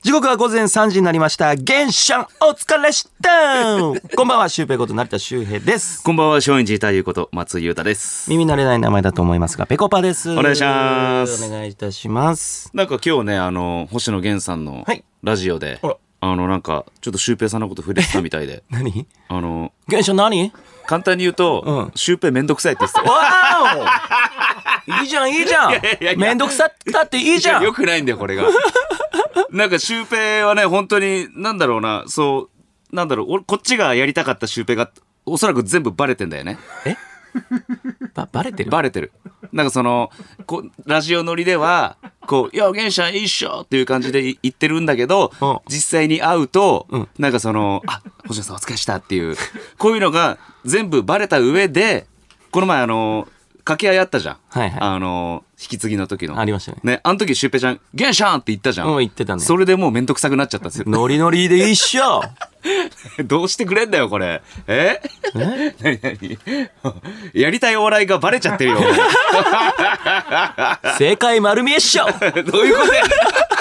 時刻は午前3時になりました。ゲンシャンお疲れしたこんばんは、シュウペイこと成田修平です。 こんばんは、松陰寺太夫こと松井裕太です。 耳慣れない名前だと思いますが、ペコパです。 お願いします。 お願いいたします。 なんか今日ね、星野源さんのラジオで、なんかちょっとシュウペイさんのこと触れてたみたいで。 何？ゲンシャン何？ 簡単に言うと、シュウペイめんどくさいって言ってた。 わーおいいじゃん、いいじゃん。めんどくさったっていいじゃん。 よくないんだよ、これが。なんかシュウペイはね、本当に、なんだろうな、こっちがやりたかったシュウペイが、おそらく全部バレてんだよね。 えバレてる？ バレてる。なんかラジオ乗りでは、いや、ゲンシャンいいっしょっていう感じで言ってるんだけど、実際に会うと、なんか星野さんお疲れしたっていう、こういうのが全部バレた上で、この前掛け合いあったじゃん。 はいはい。 引き継ぎの時の。 ありましたね。 ね、あの時シュウペイちゃん、ゲンシャンって言ったじゃん。 言ってたね。 それでもうめんどくさくなっちゃったんですよ。 ノリノリでいいっしょどうしてくれんだよ、これ。何やりたいお笑いがバレちゃってるよ。 正解丸見えっしょどういうことや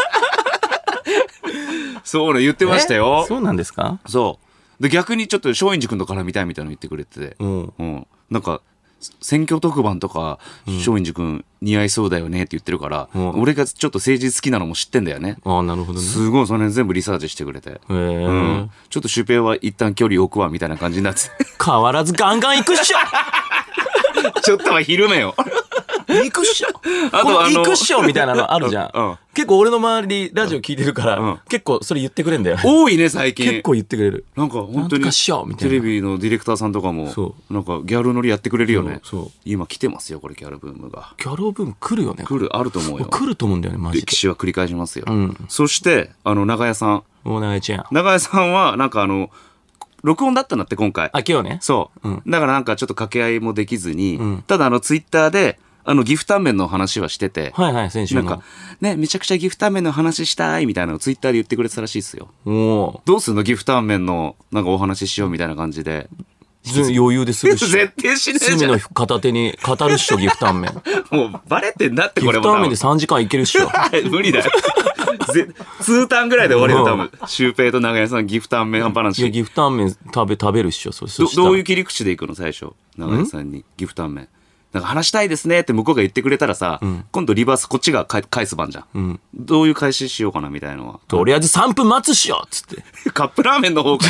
そう言ってましたよ。 そうなんですか？ そう。で、逆にちょっと松陰寺君と絡みたいみたいなの言ってくれてて。なんか、選挙特番とか、松陰寺君似合いそうだよねって言ってるから、俺がちょっと政治好きなのも知ってんだよね。 ああ、なるほどね。すごい、その辺全部リサーチしてくれて。ちょっとシュウペイは一旦距離置くわ、みたいな感じになって。 変わらずガンガン行くっしょちょっとは昼めよ。 行くっしょ。あと行くっしょみたいなのあるじゃん。結構俺の周りラジオ聞いてるから、結構それ言ってくれんだよね。 多いね、最近。 結構言ってくれる。 なんか本当にテレビのディレクターさんとかもなんかギャル乗りやってくれるよね。今来てますよ、これギャルブームが。 ギャルブーム来るよね。 あると思うよ。 来ると思うんだよね、マジで。 歴史は繰り返しますよ。そして長屋さん。 長屋ちゃん。 長屋さんはなんか録音だったんだって今回。 あ、今日ね。 そう。だからなんかちょっと掛け合いもできずに、ただツイッターで岐阜タンメンの話はしてて、 はいはい、先週の。 なんかね、めちゃくちゃ岐阜タンメンの話したいみたいなのをツイッターで言ってくれてたらしいですよ。どうすんの岐阜タンメンのなんかお話ししようみたいな感じで。 余裕でするし。 絶対しねえじゃん。 隅の片手に語るっしょ、岐阜タンメン。 もうバレてんだって、これも。 岐阜タンメンで3時間いけるっしょ。 無理だよ。2ターンぐらいで終わるよ、多分。シュウペイと長屋さん、岐阜タンメン話。 いや、岐阜タンメン食べるっしょ、それ。 どういう切り口でいくの、最初。長屋さんに、岐阜タンメン。なんか話したいですねって向こうが言ってくれたらさ、今度リバースこっちが返す番じゃん。どういう返ししようかなみたいなのは。 とりあえず3分待つっしょっつって。 カップラーメンの方から。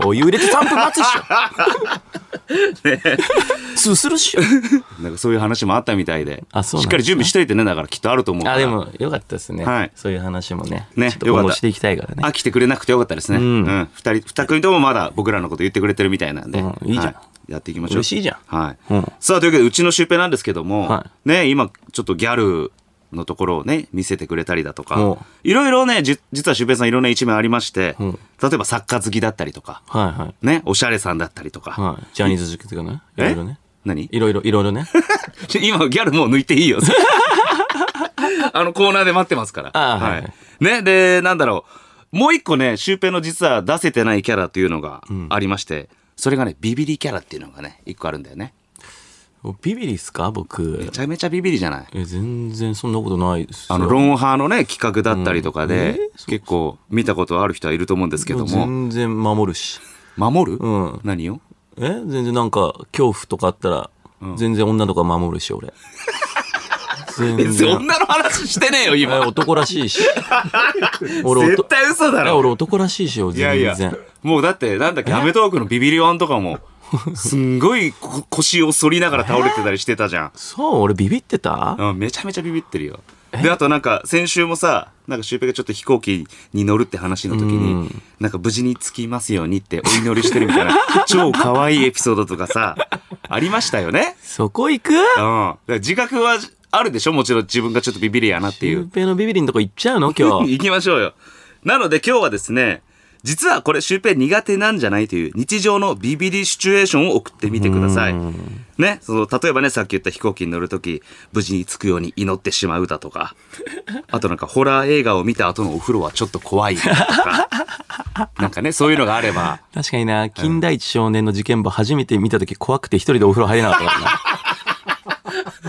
お湯入れて3分待つっしょ。ね、すするっしょ。 なんかそういう話もあったみたいで。 あ、そうなんですね。 しっかり準備しといてね、だからきっとあると思うから。 あ、でもよかったですね。 はい。 そういう話もね。 ね、 ちょっと今後していきたいからね。 あ、来てくれなくてよかったですね。二組ともまだ僕らのこと言ってくれてるみたいなんで。 いいじゃん。 やっていきましょう。 嬉しいじゃん。 はい。さあ、というわけで、うちのシュウペイなんですけども、ね、今、ちょっとギャルのところをね、見せてくれたりだとか、いろいろね、実はシュウペイさんいろんな一面ありまして、例えば作家好きだったりとか、ね、おしゃれさんだったりとか。 ジャニーズ好きとかね。いろいろね。 何？ いろいろね。 今、ギャルもう抜いていいよ。コーナーで待ってますから。はい。ね、で、なんだろう。もう一個ね、シュウペイの実は出せてないキャラというのがありまして、それがね、ビビリキャラっていうのがね、一個あるんだよね。 ビビリっすか、僕。 めちゃめちゃビビリじゃない？ 全然そんなことないですよ。 ロンハーのね、企画だったりとかで、結構見たことある人はいると思うんですけども。 全然守るし。 守る？何を？ 全然なんか、恐怖とかあったら、全然女とか守るし、俺。 全然女の話してねえよ、今。 男らしいし。 絶対嘘だろ。 俺男らしいしよ、全然。いやいや、 もうだって、なんだっけ、アメトーークのビビリワンとかも、すんごい腰を反りながら倒れてたりしてたじゃん。 そう、俺ビビってた？ めちゃめちゃビビってるよ。で、あとなんか、先週もさ、なんかシュウペイがちょっと飛行機に乗るって話の時に、なんか無事に着きますようにってお祈りしてるみたいな、超可愛いエピソードとかさ、ありましたよね。 そこ行く？ 自覚は、あるでしょ、もちろん自分がちょっとビビリやなっていう。 シュウペイのビビリのとこ行っちゃうの今日。 行きましょうよ。なので今日はですね、実はこれシュウペイ苦手なんじゃないという日常のビビリシチュエーションを送ってみてください。ね、例えばね、さっき言った飛行機に乗るとき、無事に着くように祈ってしまうだとか、あとなんかホラー映画を見た後のお風呂はちょっと怖いだとか、なんかね、そういうのがあれば。 確かにな、金田一少年の事件簿初めて見たとき怖くて一人でお風呂入れなかったからな。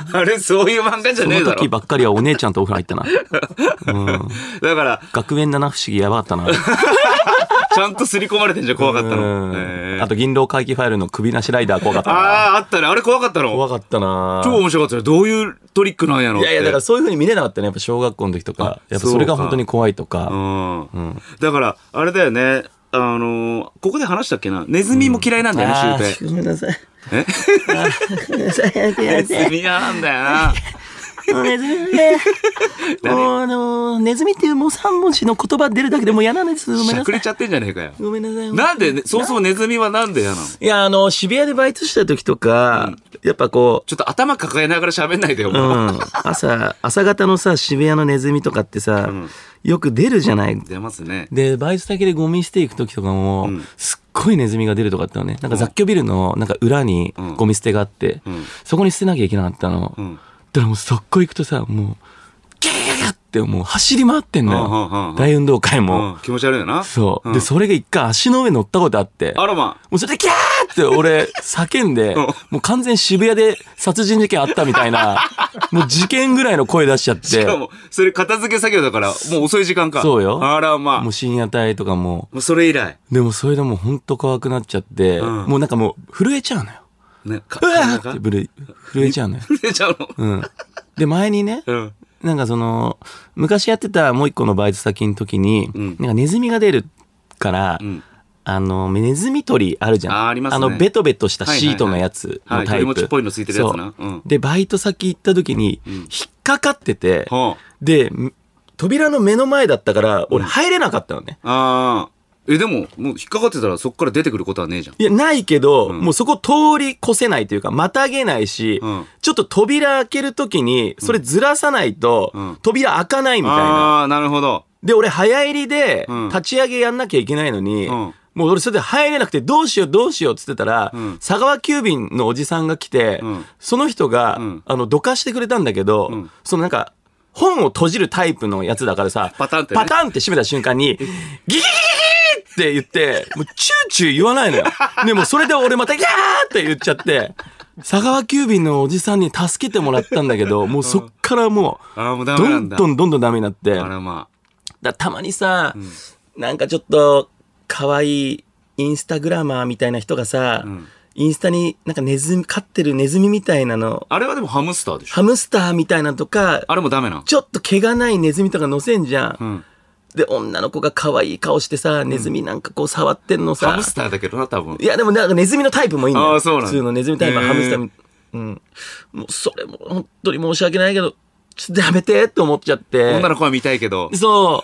あれそういう漫画じゃねえだろ。 その時ばっかりはお姉ちゃんとお風呂入ったな。うん。 だから学園七不思議やばかったな。 ちゃんと刷り込まれてんじゃん、怖かったの。 あと銀狼回帰ファイルの首なしライダー怖かったな。 ああ、あったね。あれ怖かったの。 怖かったな。 超面白かったね。どういうトリックなんやろって。 いやいや、だからそういう風に見れなかったね。やっぱ小学校の時とか。やっぱそれが本当に怖いとか。 だから、あれだよね。ここで話したっけな。ネズミも嫌いなんだよね、シュウペイ。 ごめんなさい。 えごめんなさい。 ネズミ嫌なんだよな。 ネズミね。もうネズミっていうもう3文字の言葉出るだけでも嫌なんです。ごめんなさい。 しゃくれちゃってんじゃねえかよ。 ごめんなさい。 なんで、そもそもネズミはなんで嫌なの？ いや、渋谷でバイトした時とか、やっぱこう。 ちょっと頭抱えながら喋んないでよ、 もう。朝方のさ、渋谷のネズミとかってさ、よく出るじゃない。 出ますね。 で、バイト先でゴミ捨て行く時とかも、すっごいネズミが出るとかあったのね。なんか雑居ビルのなんか裏にゴミ捨てがあって、そこに捨てなきゃいけなかったの。だからもうそこ行くとさ、もう、ギャーギャーギャーってもう走り回ってんのよ。大運動会も。 気持ち悪いよな。 そう。で、それが一回足の上乗ったことあって。 あらま。 もうそれでギャーって俺叫んで、もう完全渋谷で殺人事件あったみたいな、もう事件ぐらいの声出しちゃって。 しかも、それ片付け作業だから、もう遅い時間か。 そうよ。 あらま。 もう深夜帯とかも。 もうそれ以来。 でもそれでもうほんと怖くなっちゃって、もうなんかもう震えちゃうのよ。 ね、 うわーって震えちゃうのよ。 震えちゃうの。 うん。で、前にね、なんか昔やってたもう一個のバイト先の時に、なんかネズミが出るから、ネズミ捕りあるじゃん。 ありますね。 ベトベトしたシートのやつのタイプ。 鳥持ちっぽいのついてるやつな。 で、バイト先行った時に、引っかかってて、で、扉の目の前だったから、俺入れなかったのね。 ああ。でも、もう引っかかってたらそこから出てくることはねえじゃん。 いや、ないけど、もうそこ通り越せないというか、またげないし、ちょっと扉開けるときに、それずらさないと、扉開かないみたいな。 ああ、なるほど。 で、俺早入りで、立ち上げやんなきゃいけないのに、もう俺それで入れなくて、どうしようっつってたら、佐川急便のおじさんが来て、その人が、どかしてくれたんだけど、なんか、本を閉じるタイプのやつだからさ、 パタンって閉めた瞬間に、ギギギギって言って、もうチューチュー言わないのよ。でもそれで俺またギャーって言っちゃって、佐川急便のおじさんに助けてもらったんだけど、もうそっからもう、どんどんダメになって。たまにさ、なんかちょっと可愛いインスタグラマーみたいな人がさ、インスタになんか飼ってるネズミみたいなの。 あれはでもハムスターでしょ。 ハムスターみたいなとか、 あれもダメな。 ちょっと毛がないネズミとか乗せんじゃん。で、女の子が可愛い顔してさ、ネズミなんかこう触ってんのさ。 ハムスターだけどな、多分。 いや、でもなんかネズミのタイプもいいんだよ。 ああ、そうなんだ。 普通のネズミタイプはハムスター。もうそれも本当に申し訳ないけど、ちょっとやめてって思っちゃって。 女の子は見たいけど。 そう。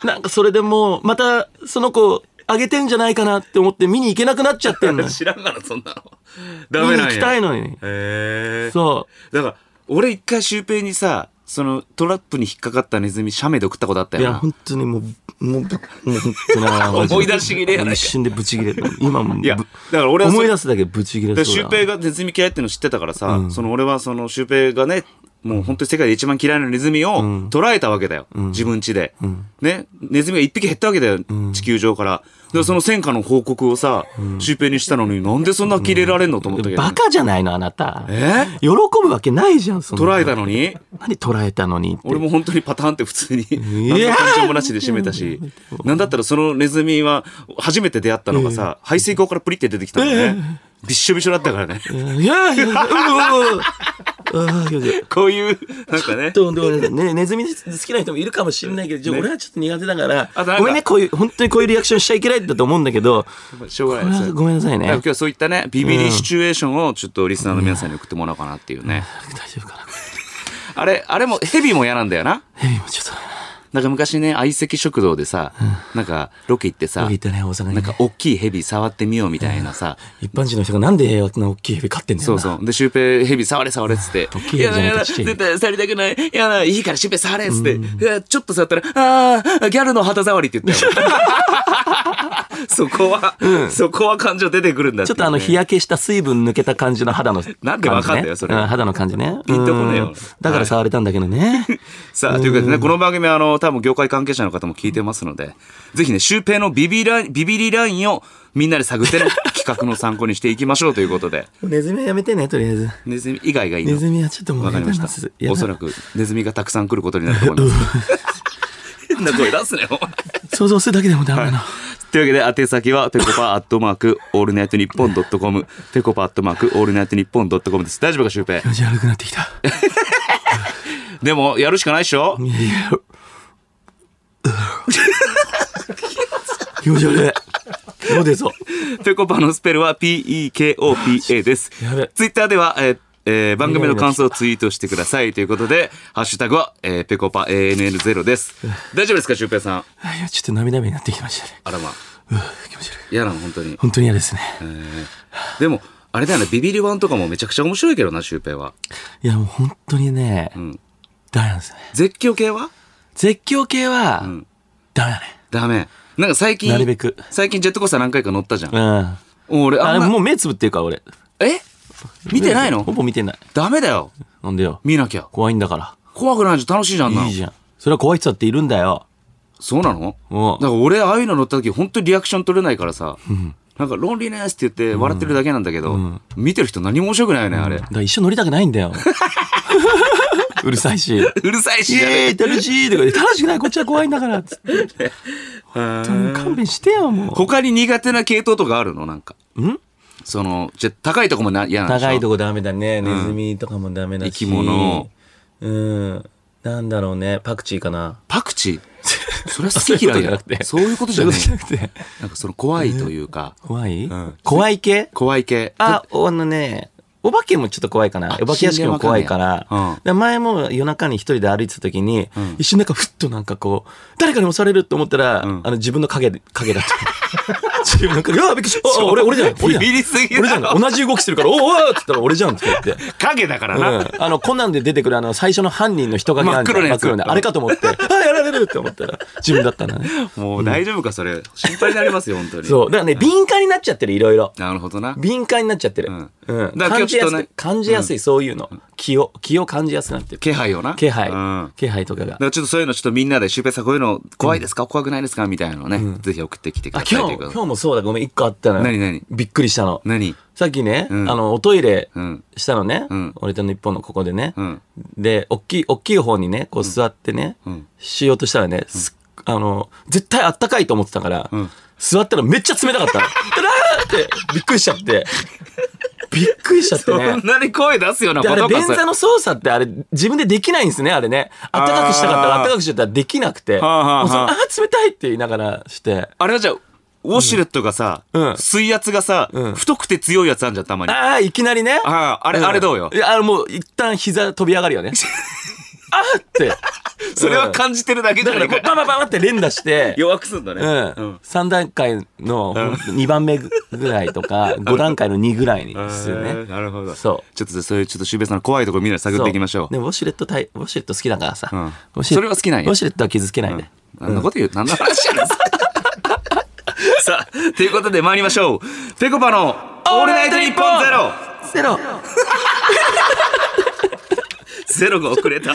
なんかそれでもう、またその子、あげてんじゃないかなって思って見に行けなくなっちゃってんの。 知らんがな、そんなの。ダメなんや。 見に行きたいのに。そう。 だから、俺一回シュウペイにさ、トラップに引っかかったネズミ、写メで送ったことあったよな。 いや、本当にもう本当な。 思い出し切れやないか。 一瞬でブチ切れ。今も。 いや、だから俺は思い出すだけブチ切れそうだ。 シュウペイがネズミ嫌いっての知ってたからさ、俺はシュウペイがね、もう本当に世界で一番嫌いなネズミを捉えたわけだよ。自分家で。ね。ネズミが一匹減ったわけだよ。地球上から。で、その戦果の報告をさ、シュウペイにしたのになんでそんなキレられんのと思ったけど。 バカじゃないのあなた。喜ぶわけないじゃん、そんな。 捉えたのに何捉えたのにって。 俺も本当にパターンって普通に、何の感情もなしで締めたし。なんだったらそのネズミは初めて出会ったのがさ、排水口からプリって出てきたのね。びっしょびしょだったからね。 いやいや、 こういう、なんかね。 ネズミ好きな人もいるかもしれないけど、俺はちょっと苦手だから、ごめんね、本当にこういうリアクションしちゃいけないんだと思うんだけど、 しょうがないです。 ごめんなさいね。 今日はそういったね、ビビリシチュエーションをちょっとリスナーの皆さんに送ってもらおうかなっていうね。 大丈夫かな。 あれも、ヘビも嫌なんだよな。 ヘビもちょっと。 なんか昔ね、相席食堂でさ、なんかロケ行ってさ、なんか大きいヘビ触ってみようみたいなさ、 一般人の人がなんであんな大きいヘビ飼ってんだよな。 そうそう。で、シュウペイヘビ触れっつって。 大きいヘビじゃなくてちっちゃい。 絶対触りたくない。いや、いいからシュウペイ触れっつって。ちょっと触ったら、ギャルの肌触りって言ったよ。そこは感情出てくるんだって。 ちょっと日焼けした水分抜けた感じの肌の感じね。 なんでわかんだよ、それ。 肌の感じね。 ピンとこねえよ。 だから触れたんだけどね。 さあ、ということでね、この番組は多分業界関係者の方も聞いてますので、ぜひね、シュウペイのビビリラインをみんなで探ってね、聞画の参考にしていきましょうということで。 ネズミはやめてね、とりあえず。 ネズミ以外がいいの？ ネズミはちょっともうわかりましたやだな。 おそらくネズミがたくさん来ることになると思います。変な声出すねお前。 想像するだけでもダメなの。 というわけで宛先はぺこぱオールナイトニッポンドットコム、ぺこぱオールナイトニッポンドットコムです。大丈夫かシュウペイ？ 気持ち悪くなってきた。 でもやるしかないでしょ。 いや気持ち悪い。どうでぞ。 ぺこぱのスペルは PEKOPA です。 やべ。 ツイッターでは、番組の感想をツイートしてくださいということで、ハッシュタグは、ぺこぱ ANN0 です。大丈夫ですかシュウペイさん？ いやちょっと涙目になってきましたね。 あらまあ気持ち悪い。 嫌なの本当に。 本当に嫌ですね。 でもあれだよね、ビビリワンとかもめちゃくちゃ面白いけどなシュウペイは。 いやもう本当にね、 んダメなんですよね。 絶叫系は絶叫系は、ダメだね。 ダメ。なんか最近なるべく最近ジェットコースター何回か乗ったじゃん。 うん。あれ俺もう目つぶってるから俺。 え見てないの？ ほぼ見てない。 ダメだよ。 なんでよ。 見なきゃ。 怖いんだから。 怖くないじゃん、楽しいじゃんな。 いいじゃん。それは怖い人だっているんだよ。 そうなの？ うん。 だから俺ああいうの乗った時本当にリアクション取れないからさ、なんかロンリネスって言って笑ってるだけなんだけど、見てる人何も面白くないよねあれ。 だから一緒乗りたくないんだよ。うるさいし。 うるさいし。 イエーイ楽しいとか言って楽しくないこっちは怖いんだからっつって。本当に勘弁してよもう。 他に苦手な系統とかあるの？なんか。 ん？ そのじゃ高いとこも嫌なんでしょ？ 高いとこダメだね。ネズミとかもダメだし。 生き物。 なんだろうね。パクチーかな。 パクチー？それは好き嫌いじゃなくて。そういうことじゃない。 そういうことじゃなくて。 なんかその怖いというか。 怖い？怖い系？ 怖い系。 ね、お化けもちょっと怖いかな。お化け屋敷も怖いから。で前も夜中に一人で歩いてた時に、一瞬なんかふっとなんかこう、誰かに押されると思ったら、自分の影だった。自分の影、びっくりした。俺じゃん。 ビビりすぎだろ。 俺じゃん。同じ動きしてるから、おーって言ったら俺じゃんって言って。 影だからな。 コナンで出てくる最初の犯人の人影なんじゃん。真っ黒ね。あれかと思って、やられるって思ったら、自分だったんだね。 もう大丈夫かそれ。心配になりますよ、本当に。 そう。だからね、敏感になっちゃってる、いろいろ。 なるほどな。 敏感になっちゃってる。感じやすい、そういうの。気を感じやすくなってる。 気配をな。 気配とかが。 だからちょっとそういうのちょっとみんなで、シュウペイさんこういうの怖いですか？怖くないですか？みたいなのね、ぜひ送ってきてください。 今日もそうだ、ごめん、一個あったのよ。 何？ びっくりしたの。 何？ さっきね、おトイレしたのね。俺と日本のここでね。で、大きい方にね、こう座ってね、しようとしたらね、絶対あったかいと思ってたから、座ったらめっちゃ冷たかったの。ってびっくりしちゃって。びっくりしちゃってね。 そんなに声出すようなことか。 あれ、便座の操作ってあれ、自分でできないんですね、あれね。あったかくしたかったら、あったかくしちゃったらできなくて。冷たいって言いながらして。 あれはじゃあ、ウォシュレットがさ、水圧がさ、太くて強いやつあんじゃん、たまに。 いきなりね。 あれどうよ。 いや、もう一旦膝飛び上がるよね。って。 それは感じてるだけじゃないか。 だからバババって連打して、 弱くすんだね。 3段階の2番目ぐらいとか、5段階の2ぐらいにするね。 なるほど。 そう。 ちょっとそういうシュウペイさんの怖いところみんなで探っていきましょう。 でもウォシュレット好きだからさ。 それは好きなんや。 ウォシュレットは傷つけないで。 何のこと言う？何の話やねん。さあ、ということで参りましょう。ぺこぱのオールナイトニッポンゼロ。ゼロが遅れた。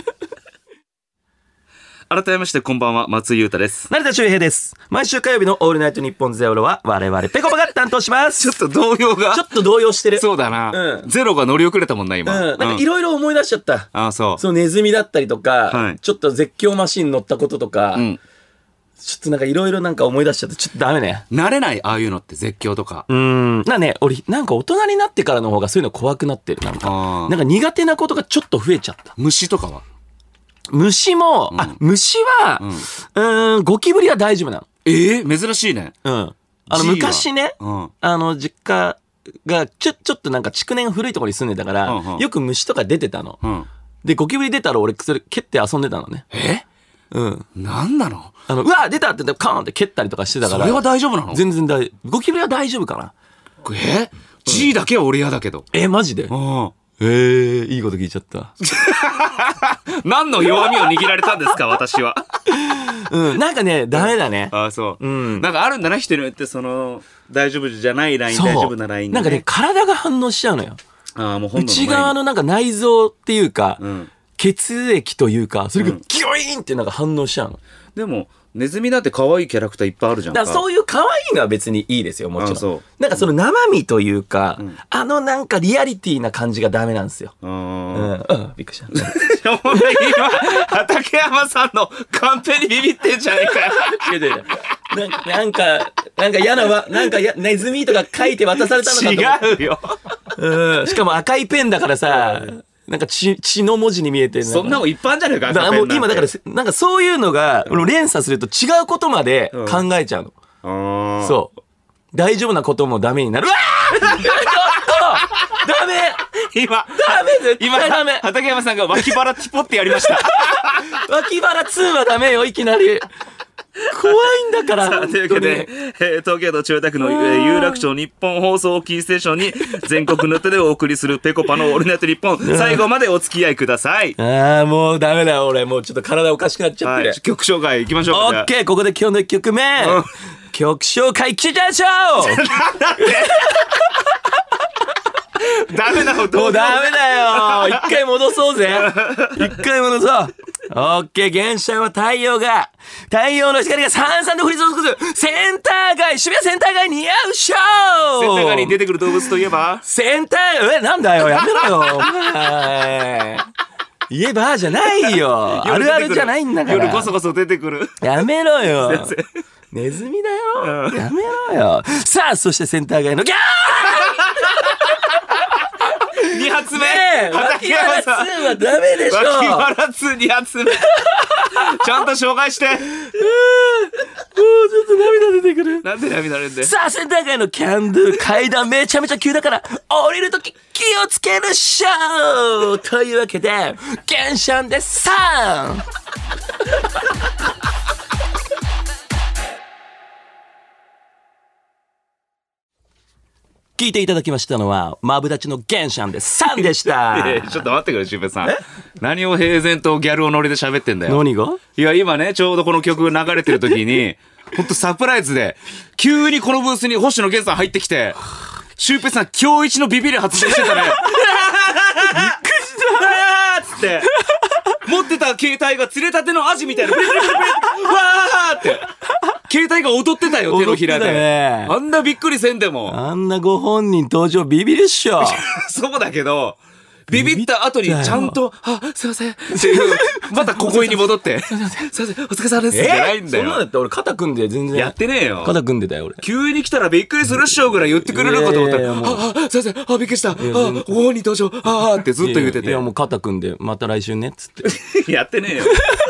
改めましてこんばんは、松井裕太です。 成田修平です。毎週火曜日のオールナイトニッポンゼロは我々ぺこぱが担当します。 ちょっと動揺してる。そうだな。ゼロが乗り遅れたもんな、今。 なんかいろいろ思い出しちゃった。 そう。 そのネズミだったりとか、ちょっと絶叫マシン乗ったこととか、ちょっとなんかいろいろなんか思い出しちゃって、ちょっとダメね。 慣れない、ああいうのって絶叫とか。 俺、なんか大人になってからの方がそういうの怖くなってる。なんか苦手なことがちょっと増えちゃった。 虫とかは？ 虫も、虫は、ゴキブリは大丈夫なの。 珍しいね。 昔ね、実家がちょっとなんか築年古いところに住んでたから、よく虫とか出てたの。で、ゴキブリ出たら俺、それ蹴って遊んでたのね。 なんなの？ うわ出たってカーンって蹴ったりとかしてたから。 それは大丈夫なの？ 全然ゴキブリは大丈夫かな。 G だけは俺嫌だけど。 マジで？いいこと聞いちゃった。 何の弱みを握られたんですか、私は。 なんかね、ダメだね。 そう。なんかあるんだな、人によって、大丈夫じゃないライン、大丈夫なライン。 なんかね、体が反応しちゃうのよ。内側のなんか内臓っていうか、血液というか、それがギョイーンってなんか反応しちゃうの。 でもネズミだって可愛いキャラクターいっぱいあるじゃんか。 だからそういう可愛いのは別にいいですよ、もちろん。 そなんかその生身というか、なんかリアリティな感じがダメなんですよ。びっくりした。 お前今畠山さんのカンペにビビってんじゃねえかよ。 なんか嫌なネズミとか書いて渡されたのかと思って。 違うよ。 しかも赤いペンだからさ、なんか血の文字に見えてる。 そんなもん一般じゃねえか。 もう今だからなんかそういうのが連鎖すると違うことまで考えちゃうの。そう。大丈夫なこともダメになる。うわーちょっとダメ絶対ダメ。 畠山さんが脇腹ティポってやりました。 脇腹2はダメよ、いきなり。怖いんだから。 さあというわけで、東京都千代田区の有楽町日本放送キーステーションに全国ネットでお送りするぺこぱのオールナイトニッポン、最後までお付き合いください。 もうダメだよ、俺もうちょっと体おかしくなっちゃってる。 曲紹介いきましょう。 オッケー、ここで今日の1曲目、曲紹介聞いちゃいましょう。 ダメだよ、 もうダメだよ。一回戻そうぜ。一回戻そう。オッケー、現象は太陽の光がさんさんで降り注ぐセンター街、渋谷センター街に似合うショー。 センター街に出てくる動物といえばセンター、なんだよ、やめろよ。お前。言えばじゃないよ。あるあるじゃないんだから。 夜こそこそ出てくる。 やめろよ。ネズミだよ。やめろよ。さあ、そしてセンター街のギャー 2発目、 脇腹2はダメでしょ。 脇腹2、2発目。ちゃんと紹介して。もうちょっと涙出てくる。 なんで涙出んだよ。 さあ、センター街のキャンドル階段めちゃめちゃ急だから降りるとき気をつけるっしょというわけで、ゲンシャンでさん聞いていただきましたのは、マブダチのゲンシャンで3でした。 ちょっと待ってくれ、シュウペイさん。何を平然とギャルをノリで喋ってんだよ。 何が？ いや、今ね、ちょうどこの曲流れてる時に、ほんとサプライズで、急にこのブースに星野源さん入ってきて、シュウペイさん、今日一のビビり発動してたね。びっくりしたつって、持ってた携帯が釣れたてのアジみたいな、わーって。携帯が踊ってたよ、手のひらで。ね、あんなびっくりせんでも。 あんなご本人登場ビビるっしょ。 そうだけど、ビビった後にちゃんと、すいません。っていう、またここに戻って、すいません、お疲れ様です。じゃないんだよ。 そんなだって俺肩組んで全然。 やってねえよ。 肩組んでたよ、俺。 急に来たらびっくりするっしょぐらい言ってくれるかと思ったら、すいません、びっくりした。ご本人登場、ってずっと言ってて。 いや、もう肩組んで、また来週ね、つって。やってねえよ。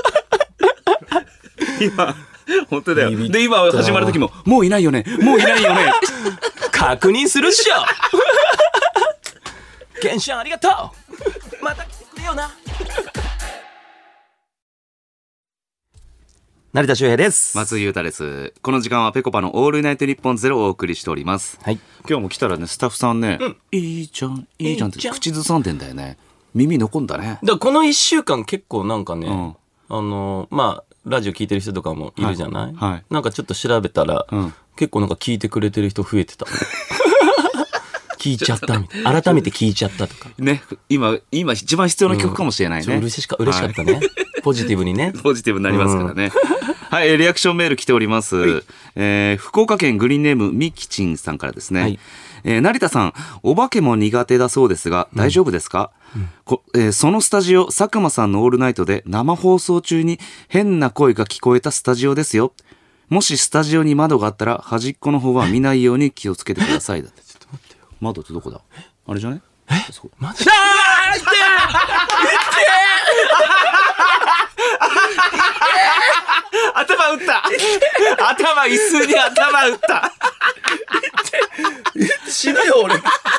今。本当だよ。で、今始まる時も、もういないよね。もういないよね。 確認するっしょ。ゲンシャンありがとう。また来てくれよな。成田修平です。 松井裕太です。この時間はぺこぱのオールナイトニッポンゼロをお送りしております。はい。今日も来たらね、スタッフさんね、いいじゃん、いいじゃんって口ずさんでんだよね。耳残んだね。 だからこの1週間結構なんかね、まあ、ラジオ聞いてる人とかもいるじゃない、はい、なんかちょっと調べたら、結構なんか聞いてくれてる人増えてた。聞いちゃったみたいな。改めて聞いちゃったとか。 ね、今一番必要な曲かもしれないね。 嬉しかったね。ポジティブにね。 ポジティブになりますからね。はい、リアクションメール来ております。福岡県グリーンネームみきちんさんからですね。はい、成田さん、お化けも苦手だそうですが、大丈夫ですか？そのスタジオ、佐久間さんのオールナイトで生放送中に変な声が聞こえたスタジオですよ。もしスタジオに窓があったら端っこの方は見ないように気をつけてください。だって。ちょっと待ってよ。窓ってどこだ？あれじゃね？ マジ？ 頭打った。頭椅子に頭打った。 死ぬよ俺。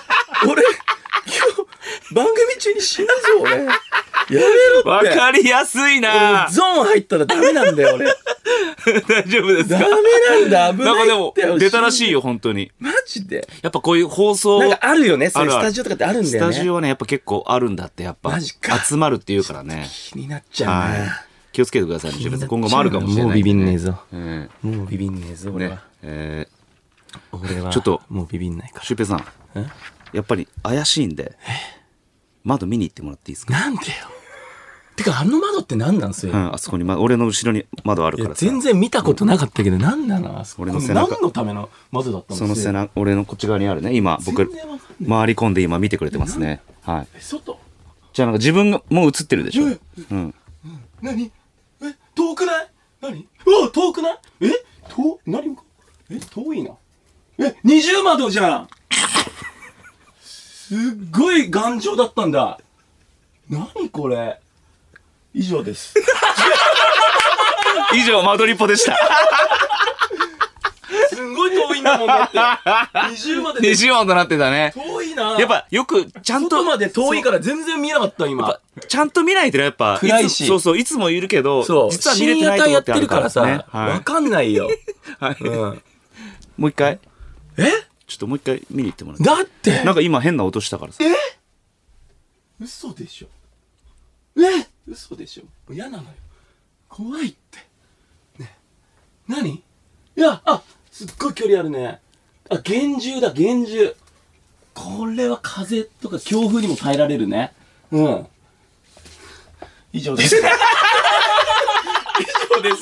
今日番組中に死ぬぞ俺。やめろって。 わかりやすいな。 ゾーン入ったらダメなんだよ俺。 大丈夫ですか？ ダメなんだ、危ないって。なんかでも出たらしいよ本当に。 マジで？ やっぱこういう放送なんかあるよね。そういうスタジオとかってあるんだよね。 スタジオはねやっぱ結構あるんだってやっぱ集まるっていうからね。 気になっちゃうね。 気をつけてくださいね。今後もあるかもしれない。 もうビビんねえぞ。もうビビんねえぞ俺は。俺はちょっともうビビんないから。 シュウペイさん、やっぱり怪しいんで窓見に行ってもらっていいですか？ なんでよ。 てかあの窓って何なんすよ、 あそこに、俺の後ろに窓あるからさ。 全然見たことなかったけど何なのあそこ。 俺の背中何のための窓だったの。 その背中、俺のこっち側にあるね。今、僕、 全然わかんない。 回り込んで今見てくれてますね。はい。 外。 じゃあなんか自分がもう映ってるでしょ。うん。 何？遠くない？何？うわ、遠くない？何？遠いな。二重窓じゃん。すっごい頑丈だったんだ。何これ。以上です。 以上、間取りポでした。 すんごい遠いんだもんだって。二重まで。 二重窓なってたね。 遠いな。 やっぱよくちゃんと。 外まで遠いから全然見えなかった今。 ちゃんと見ないとね、やっぱ。 暗いし。 そうそう、いつもいるけど、 そう。 実は見れてないとこってあるから深夜帯やってるからさ、わかんないよ。 はい。もう一回。ちょっともう一回見に行ってもらって。 だってなんか今変な音したからさ。 嘘でしょ。嘘でしょ。嫌なのよ。怖いって。ね。何？いや、すっごい距離あるね。厳重だ、厳重。これは風とか強風にも耐えられるね。以上です。以上です。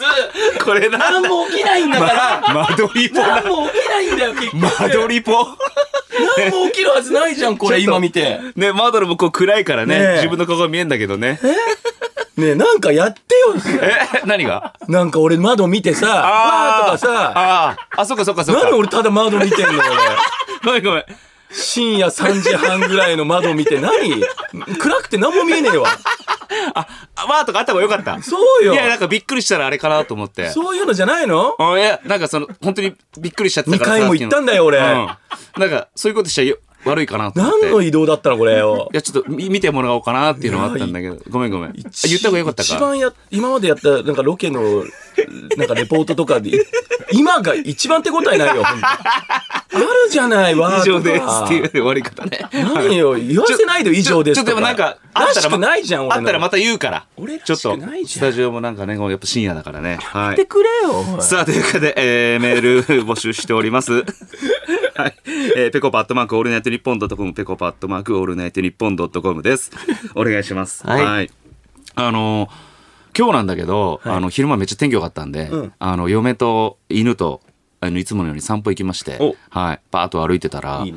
これ何も起きないんだから。 間取りポ何も起きないんだよ、結局。 間取りポ何も起きるはずないじゃん、これ今見て。 ね、窓の向こう暗いからね、自分の顔が見えんだけどね。 ねえ、なんかやってよ。 何が？ なんか俺窓見てさ、わーとかさ。 そっかそっかそっか。 なんで俺ただ窓見てんの俺。 ごめん。 深夜3時半ぐらいの窓見て暗くて何も見えねえわ。 わーとかあった方がよかった。 そうよ。 いや、なんかびっくりしたらあれかなと思って。 そういうのじゃないの？ いや、なんか本当にびっくりしちゃったからさ。 2回も言ったんだよ俺。 なんかそういうことしちゃ悪いかなと思って。 何の移動だったのこれよ。 いや、ちょっと見てもらおうかなっていうのがあったんだけど。ごめん。言った方がよかったか。 一番今までやったなんかロケのなんかレポートとかで今が一番手応えないよ。あるじゃないわ。 以上ですっていう終わり方ね。 何よ、言わせないで以上ですとか。 ちょっとでもなんか、 らしくないじゃん、 あったらまた言うから。 俺らちょっと、 しくないじゃん。 スタジオもなんかね、やっぱ深夜だからね。 やってくれよ。 さあ、ということで、メール募集しております。はい。ぺこぱ@オールナイトニッポン.com、ぺこぱ@オールナイトニッポン.com です。お願いします。はい。今日なんだけど、昼間めっちゃ天気良かったんで、嫁と犬と、いつものように散歩行きまして、はい。パーッと歩いてたら、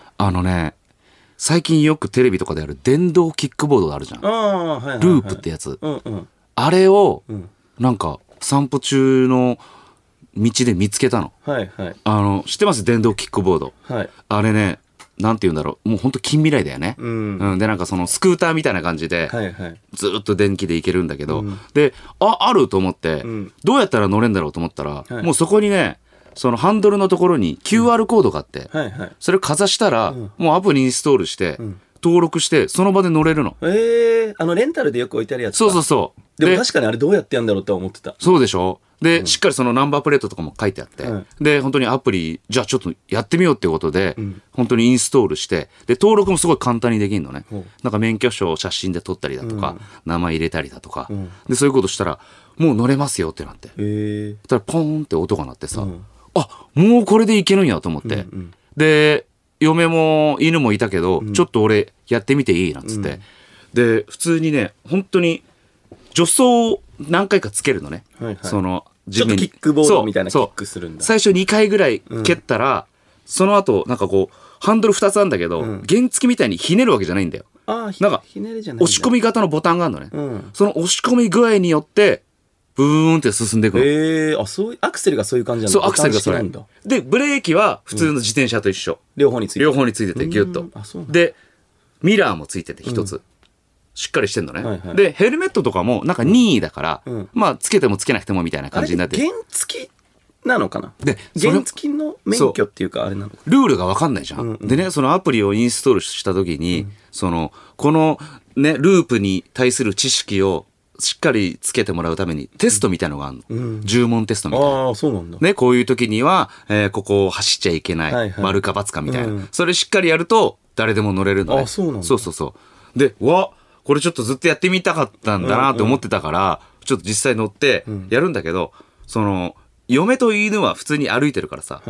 最近よくテレビとかでやる電動キックボードがあるじゃん。ループってやつ。あれを、なんか散歩中の道で見つけたの。知ってます？電動キックボード。あれね、なんて言うんだろう。もうほんと近未来だよね。で、なんかそのスクーターみたいな感じで、ずっと電気で行けるんだけど、で、あると思って、どうやったら乗れんだろうと思ったら、もうそこにね、そのハンドルのところに QR コードがあって、それかざしたら、もうアプリインストールして、登録して、その場で乗れるの。 レンタルでよく置いてあるやつか。 そう。 でも確かにあれどうやってやんだろうとは思ってた。 そうでしょ？で、しっかりそのナンバープレートとかも書いてあって、で、本当にアプリ、じゃあちょっとやってみようっていうことで、本当にインストールして、で、登録もすごい簡単にできるのね。なんか免許証を写真で撮ったりだとか、名前入れたりだとか、で、そういうことしたら、もう乗れますよってなって。そしたらポーンって音が鳴ってさ、もうこれでいけるんやと思って。で、嫁も犬もいたけど、ちょっと俺やってみていいなんつって。で、普通にね、本当に助走を何回かつけるのね。その、 ちょっとキックボードみたいなキックするんだ。 最初2回ぐらい蹴ったら、その後、なんかこう、ハンドル2つあるんだけど、原付みたいにひねるわけじゃないんだよ。なんか、押し込み型のボタンがあるのね。その押し込み具合によって、ブーンって進んでいくの。 そういう、アクセルがそういう感じなんだ。 そう、アクセルがそれ。で、ブレーキは普通の自転車と一緒。 両方についてて。 両方についてて、ギュッと。で、ミラーもついてて、一つ。しっかりしてんのね。で、ヘルメットとかも、なんか任意だから、まあ、つけてもつけなくてもみたいな感じになってる。 原付なのかな？ で、 原付の免許っていうか、あれなのか。 ルールがわかんないじゃん。でね、そのアプリをインストールしたときに、このね、ループに対する知識を、しっかりつけてもらうためにテストみたいのがあるの。10問テストみたいな。 そうなんだ。 ね、こういう時には、ここを走っちゃいけない。丸か×かみたいな。それしっかりやると、誰でも乗れるのね。 そうなんだ。 そう。で、これちょっとずっとやってみたかったんだなって思ってたから、ちょっと実際乗ってやるんだけど、嫁と犬は普通に歩いてるからさ、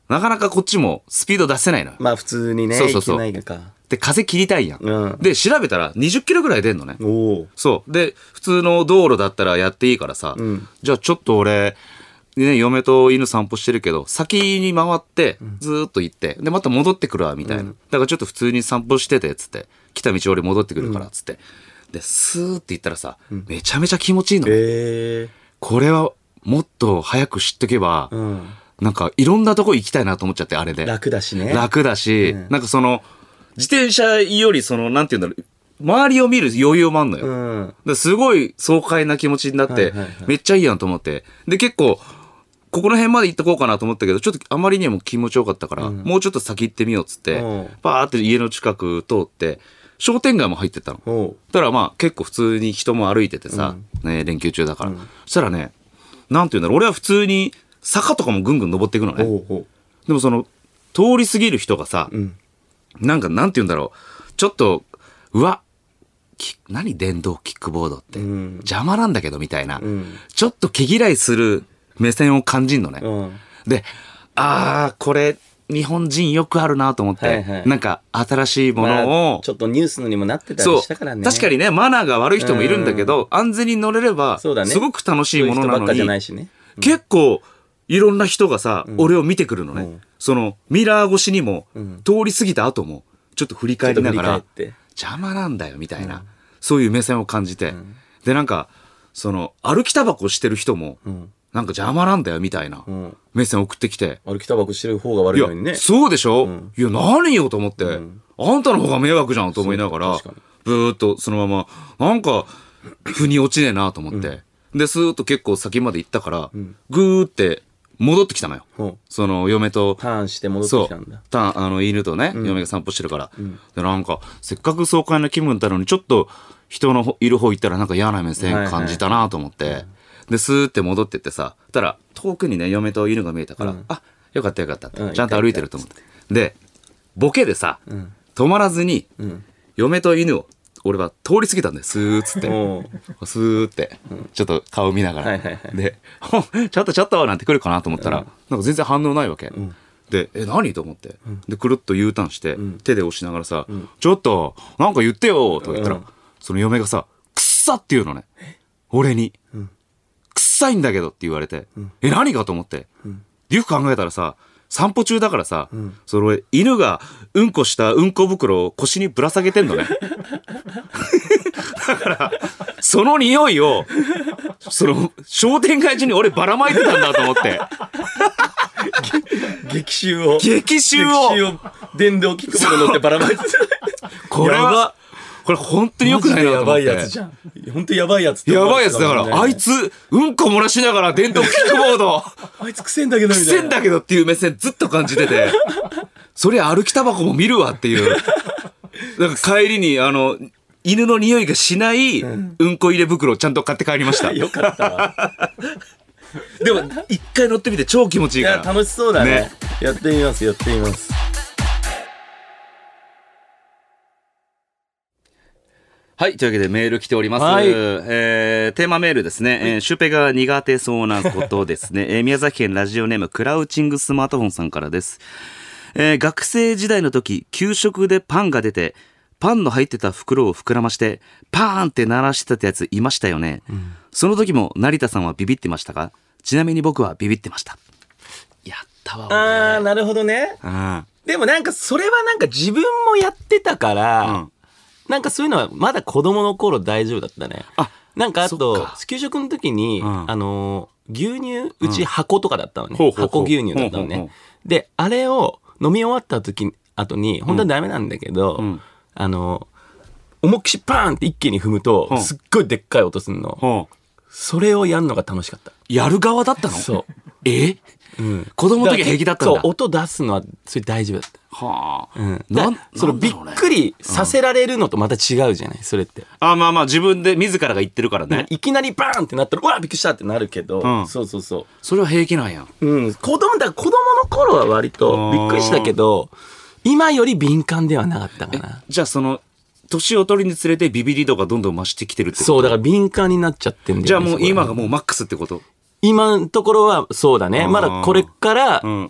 なかなかこっちもスピード出せないのよ。 まあ普通にね、 そうそうそういけないか。 で、風切りたいやん。 うんで、調べたら20キロぐらい出んのね。 おお。 そう。で、普通の道路だったらやっていいからさ、 んじゃあちょっと俺、ね、嫁と犬散歩してるけど、先に回って、ずーっと行って、で、また戻ってくるわ、みたいな。だからちょっと普通に散歩してて、つって、来た道俺戻ってくるから、つって。で、スーって行ったらさ、めちゃめちゃ気持ちいいのね。これは、もっと早く知っとけば、なんかいろんなとこ行きたいなと思っちゃって、あれで。 楽だしね。 楽だし、なんかその、自転車よりその、なんて言うんだろう、周りを見る余裕もあんのよ。ですごい爽快な気持ちになって、めっちゃいいやんと思って。で、結構、ここの辺まで行ってこうかなと思ったけど、ちょっとあまりにも気持ちよかったから、もうちょっと先行ってみようっつって、パーって家の近く通って、商店街も入ってったの。だからまあ結構普通に人も歩いててさ、ね、連休中だから。そしたらね、なんて言うんだろう、俺は普通に坂とかもぐんぐん登っていくのね。でもその、通り過ぎる人がさ、なんかなんて言うんだろう、ちょっと、うわ、何電動キックボードって、邪魔なんだけどみたいな、ちょっと毛嫌いする目線を感じんのね。で、これ日本人よくあるなと思って、なんか新しいものを、 ちょっとニュースのにもなってたりしたからね。 確かにね、マナーが悪い人もいるんだけど、安全に乗れれば、すごく楽しいものなのに、結構いろんな人がさ、俺を見てくるのね。そのミラー越しにも、通り過ぎた後も、ちょっと振り返りながら、邪魔なんだよみたいな、そういう目線を感じて、でなんかその歩きタバコしてる人も、なんか邪魔なんだよみたいな目線を送ってきて、 歩きタバコしてる方が悪いのにね。 そうでしょ、いや何よと思って、あんたの方が迷惑じゃんと思いながら、ブーっとそのままなんか腑に落ちねえなと思って、でスーッと結構先まで行ったから、グーって戻ってきたのよ。その嫁とターンして戻ってきたんだ。 犬とね、嫁が散歩してるから、でなんかせっかく爽快な気分だのにちょっと人のいる方行ったらなんか嫌な目線感じたなと思って、でスーって戻ってってさ、たら遠くにね嫁と犬が見えたから、あ、よかったよかったって、ちゃんと歩いてると思って、でボケでさ、止まらずに、嫁と犬を俺は通り過ぎたんだよ、スーッつって。スーって、ちょっと顔見ながら。で、ちょっとなんて来るかなと思ったら、なんか全然反応ないわけ。で、何と思って。で、くるっと U ターンして、手で押しながらさ、ちょっと、なんか言ってよとか言ったら、その嫁がさ、くっさって言うのね。俺に。くっさいんだけどって言われて、何かと思って。よく考えたらさ、散歩中だからさ、その犬がうんこしたうんこ袋を腰にぶら下げてんのね。だからその匂いをその商店街中に俺ばらまいてたんだと思って。 激臭を電動キックボード乗ってばらまいてた。 これ本当に良くないなと思って。 やばいやつじゃん。本当にやばいやつ。 やばいやつだから、あいつうんこ漏らしながら電動キックボードあいつくせんだけどみたいな。 くせんだけどっていう目線ずっと感じてて、そりゃ歩きタバコも見るわっていう。なんか帰りに犬の匂いがしないうんこ入れ袋をちゃんと買って帰りました。 よかったわ。 でも一回乗ってみて超気持ちいいから。 いや楽しそうだね。やってみます。 はい。というわけでメール来ております。テーマメールですね。シュウペイが苦手そうなことですね。宮崎県ラジオネームクラウチングスマートフォンさんからです。学生時代の時、給食でパンが出て、パンの入ってた袋を膨らまして、パーンって鳴らしてたやついましたよね。その時も成田さんはビビってましたか？ちなみに僕はビビってました。やったわ。 なるほどね。でもなんかそれはなんか自分もやってたから、なんかそういうのはまだ子供の頃大丈夫だったね。なんかあと給食の時に、牛乳うち箱とかだったのね。箱牛乳だったのね。であれを飲み終わった後に本当はダメなんだけど、思いっきりパーンって一気に踏むとすっごいでっかい音すんの。それをやるのが楽しかった。 やる側だったの？ そう。 子供の時は平気だったんだ。 そう、音出すのはそれ大丈夫だった。それびっねくりさせられるのとまた違うじゃない、それって。 まあ自分で自らが言ってるからね。 いきなりバーンってなったら、うわびっくりしたってなるけど、そう。 それは平気なんや。 子供の頃は割とびっくりしたけど、今より敏感ではなかったかな。 じゃあその年を取りにつれてビビリ度がどんどん増してきてるってこと？ そう、だから敏感になっちゃってんだよね。 じゃあもう今がもうマックスってこと？ 今のところはそうだね。まだこれから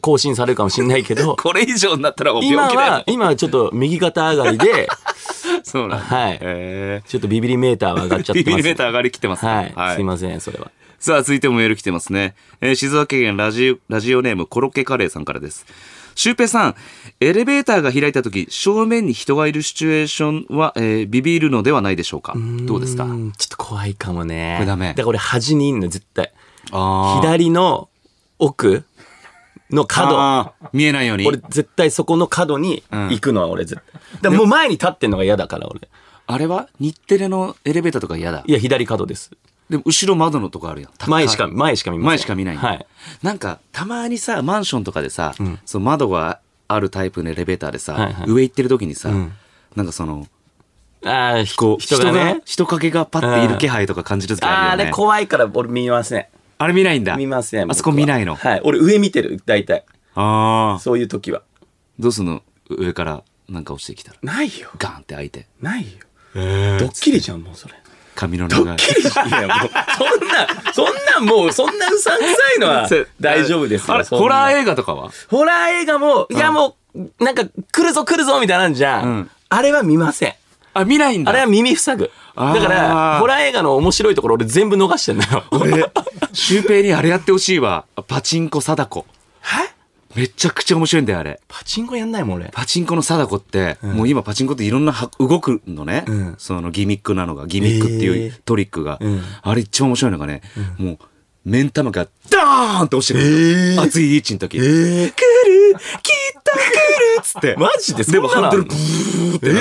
更新されるかもしれないけどこれ以上になったらもう病気だよ。 今はちょっと右肩上がりでそうなんだ。 はい、ちょっとビビリメーターは上がっちゃってます。 ビビリメーター上がりきてますね。 はい、すいませんそれは。 さあ続いてもメール来てますね。静岡県ラジオネームコロッケカレーさんからです。シュウペイさん、エレベーターが開いた時正面に人がいるシチュエーションは、ビビるのではないでしょうか。どうですか。 ちょっと怖いかもね。 これダメ。 だから俺端にいんの絶対。 あ左の奥の角見えないように。 俺絶対そこの角に行くのは俺絶対。だからもう前に立ってんのが嫌だから俺。 あれは日テレのエレベーターとか嫌だ。 いや左角です。 でも後ろ窓のとこあるやん。 前しか見ません。 前しか見ないんだ。 はい。 なんかたまにさマンションとかでさ、その窓があるタイプのエレベーターでさ、 はいはい、 上行ってる時にさ、なんかその人がね、 人影がパッている気配とか感じる時あるよね。 あれ怖いから俺見ません。 あれ見ないんだ。 見ません。 あそこ見ないの。 はい。俺上見てる大体。 ああ。 そういう時は。 どうすんの上からなんか落ちてきたら。 ないよ。 ガンって開いて。 ないよ。ドッキリじゃんもうそれ。 髪の長い。ドッキリじゃん。いやもうそんなうさんくさいのは大丈夫ですよ。 ホラー映画とかは？ ホラー映画もいやもうなんか来るぞみたいなんじゃん。あれは見ません。 あ、見ないんだ。 あれは耳塞ぐ。だからホラー映画の面白いところ俺全部逃してんだよ。 俺シュウペイにあれやってほしいわ。パチンコ貞子。めちゃくちゃ面白いんだよあれ。 パチンコやんないもん俺。 パチンコの貞子って、もう今パチンコっていろんな動くのね、そのギミックなのがギミックっていうトリックが、あれ一番面白いのがね、もう目ん玉がダーンって落ちてくるの、熱いリーチの時、来るきっと来るっつってマジででもハンドルブーってなって、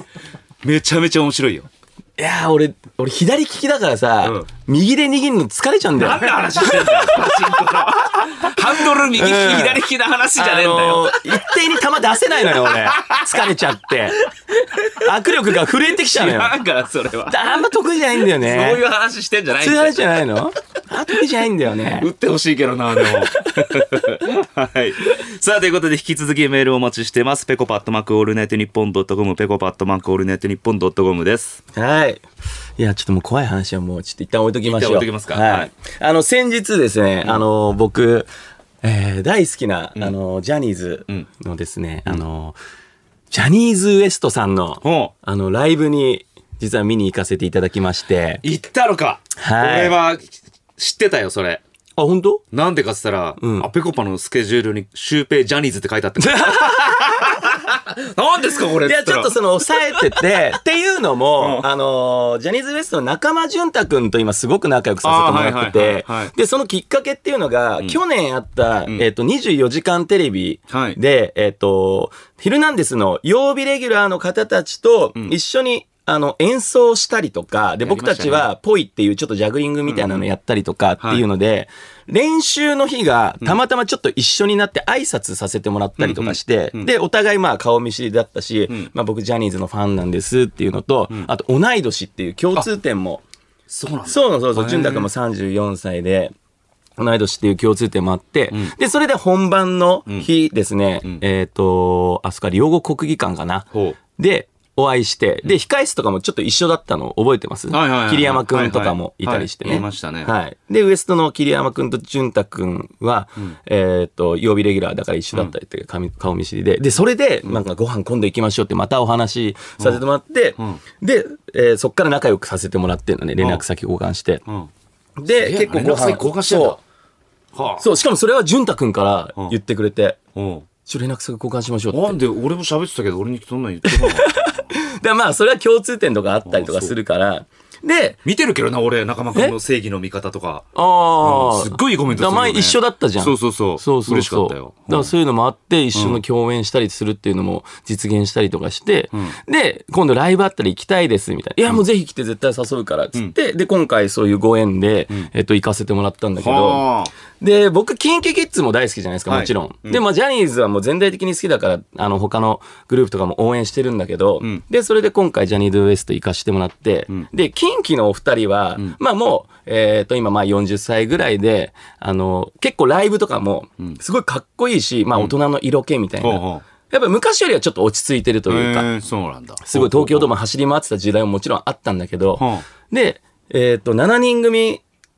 めちゃめちゃ面白いよ。 いや俺左利きだからさ、右で握るの疲れちゃうんだよ。 なんで話してんだよパチンコのハンドル右利き左利きの話じゃねえんだよ。 一定に球出せないのよ俺。疲れちゃって握力が震えてきちゃうのよ。 だからそれはあんま得意じゃないんだよね。 そういう話してんじゃないんだよ。 そういう話じゃないの。得意じゃないんだよね。 打ってほしいけどなでもはい。さあということで引き続きメールをお待ちしてます。ペコパットマークオールナイトニッポンドットコム、ペコパットマークオールナイトニッポンドットコムです。 はい。いやちょっともう怖い話はもうちょっと一旦置いときましょう。 一旦置いときますか。 はい。先日ですね、僕、大好きなジャニーズのですね、ジャニーズ WEST さんのライブに実は見に行かせていただきまして。 行ったのか。はい。俺は知ってたよそれ。 あ本当？ なんでかっつったら、ペコパのスケジュールにシュウペイジャニーズって書いてあったなんですかこれ。 いやちょっとその抑えててっていうのも、ジャニーズ WEST の中間淳太君と今すごく仲良くさせてもらってて、でそのきっかけっていうのが、去年あった、24時間テレビで、ヒルナンデスの曜日レギュラーの方たちと一緒に、演奏したりとか、で、僕たちは、ポイっていうちょっとジャグリングみたいなのやったりとかっていうので、練習の日がたまたまちょっと一緒になって挨拶させてもらったりとかして、で、お互いまあ顔見知りだったし、まあ僕ジャニーズのファンなんですっていうのと、あと同い年っていう共通点も、 そうなんだ。 そう、淳太君も34歳で、同い年っていう共通点もあって、で、それで本番の日ですね、あそこは両国国技館かな。で、お会いして、で、控室とかもちょっと一緒だったの覚えてます？桐山くんとかもいたりしてね。 いましたね。 はい。で、ウエストの桐山くんと淳太くんは、曜日レギュラーだから一緒だったりって顔見知りで、で、それで、なんかご飯今度行きましょうってまたお話させてもらって、で、そっから仲良くさせてもらってるのね、連絡先交換して。で、結構ご飯交換してんだ。 そう、しかもそれは淳太くんから言ってくれて、連絡先交換しましょうって。 なんで俺も喋ってたけど俺にそんなに言ってこなかった。 でまあそれは共通点とかあったりとかするからで見てるけどな俺中間君の正義の味方とかすっごいいいコメントするよね。 前一緒だったじゃん。 そう嬉しかったよ。 だからそういうのもあって一緒の共演したりするっていうのも実現したりとかして、で今度ライブあったら行きたいですみたいな、いやもうぜひ来て絶対誘うからっつって、で今回そういうご縁で行かせてもらったんだけど、で僕キンキキッズも大好きじゃないですかもちろん、でまあジャニーズはもう全体的に好きだから他のグループとかも応援してるんだけど、でそれで今回ジャニーズ WEST 行かしてもらって、でキンキのお二人は、まあもう今まあ40歳ぐらいで結構ライブとかもすごいかっこいいし、まあ大人の色気みたいな、やっぱ昔よりはちょっと落ち着いてるというか、 そうなんだ。 すごい東京ドーム走り回ってた時代ももちろんあったんだけど、で7人組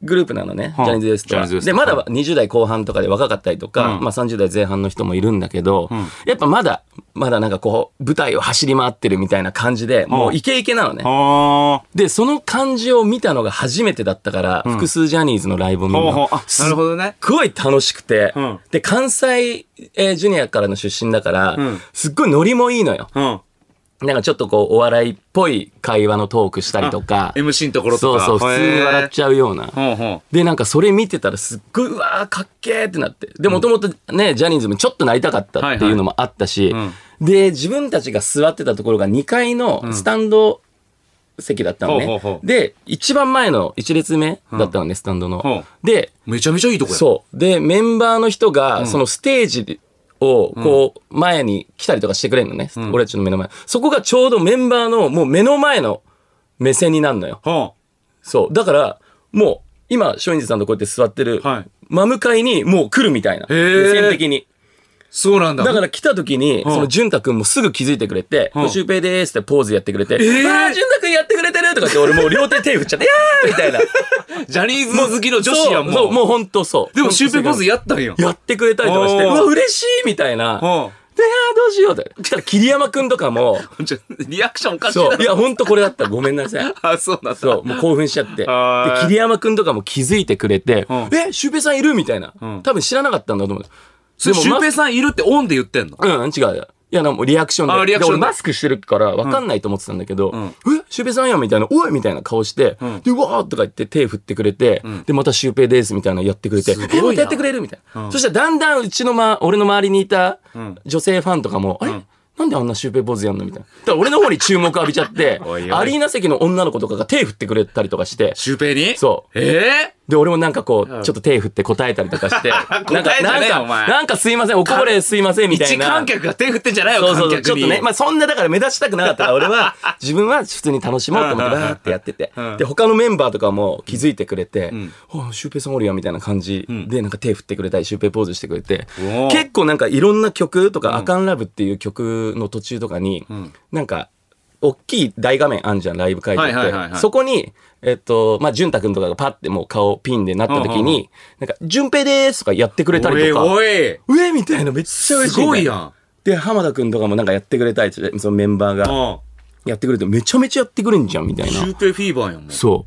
グループなのね、ジャニーズ WEST は。 ジャニーズ WEST で、まだ20代後半とかで若かったりとか、まあ30代前半の人もいるんだけど、やっぱまだなんかこう、舞台を走り回ってるみたいな感じで、もうイケイケなのね。で、その感じを見たのが初めてだったから、複数ジャニーズのライブを見るの。 なるほどね。 すっごい楽しくて、で、関西、ジュニアからの出身だから、すっごいノリもいいのよ。なんかちょっとこうお笑いっぽい会話のトークしたりとか MC のところとかそう普通に笑っちゃうようなでなんかそれ見てたらすっごいうわーかっけーってなってでもともとねジャニーズもちょっとなりたかったっていうのもあったしで自分たちが座ってたところが2階のスタンド席だったのねで一番前の1列目だったのねスタンドのでめちゃめちゃいいとこやそうでメンバーの人がそのステージでをこう前に来たりとかしてくれるのね、俺たちの目の前そこがちょうどメンバーのもう目の前の目線になるのよ、そうだからもう今松陰寺さんとこうやって座ってる、真向かいにもう来るみたいな目線的にそうなんだ。 だから来た時に、その潤太くんもすぐ気づいてくれて、シュウペイでーすってポーズやってくれて、あー、潤太くんやってくれてるとかって俺もう両手手振っちゃって、いやーみたいな。 ジャニーズ好きの女子やんもう。 そう、もうほんとそう。 でもシュウペイポーズやったんよ。 やってくれたりとかして、うわ、嬉しいみたいな。で、どうしようって。そしたら桐山くんとかも、 リアクションおかしいな。 そう。いや、ほんとこれだった。ごめんなさい。 あ、そうなんだ。 そう。もう興奮しちゃって。で、桐山くんとかも気づいてくれて、シュウペイさんいるみたいな。多分知らなかったんだと思う。 でもシュウペイさんいるってオンで言ってんの？ 違う。いや、もうリアクションで。俺マスクしてるから分かんないと思ってたんだけど、シュウペイさんやんみたいな、おいみたいな顔して、で、うわーとか言って手振ってくれて、で、またシュウペイですみたいなのやってくれて、またやってくれるみたいな。そしたらだんだん俺の周りにいた女性ファンとかも、あれなんであんなシュウペイポーズやんのみたいな。だから俺の方に注目浴びちゃって、アリーナ席の女の子とかが手振ってくれたりとかして。 シュウペイに？ そう。で、俺もなんかこう、ちょっと手振って答えたりとかして。なんかすいません、おこぼれすいませんみたいな。 一観客が手振ってんじゃないよ、観客に。 ちょっとね、まあそんなだから目立ちたくなかったから俺は、自分は普通に楽しもうと思ってバーってやってて。で、他のメンバーとかも気づいてくれて、シュウペイさんおるやんみたいな感じで、なんか手振ってくれたり、シュウペイポーズしてくれて、結構なんかいろんな曲とか、アカンラブっていう曲の途中とかに、なんか、大きい大画面あんじゃん、ライブ会場って。そこに、まあ、潤太くんとかがパッてもう顔ピンでなった時に、なんか、潤平でーすとかやってくれたりとか、上みたいなめっちゃ嬉しい。 すごいやん。 で、浜田くんとかもなんかやってくれたりして、そのメンバーが。やってくれてめちゃめちゃやってくれんじゃんみたいな。 シュウペイフィーバーやんもん。 そう。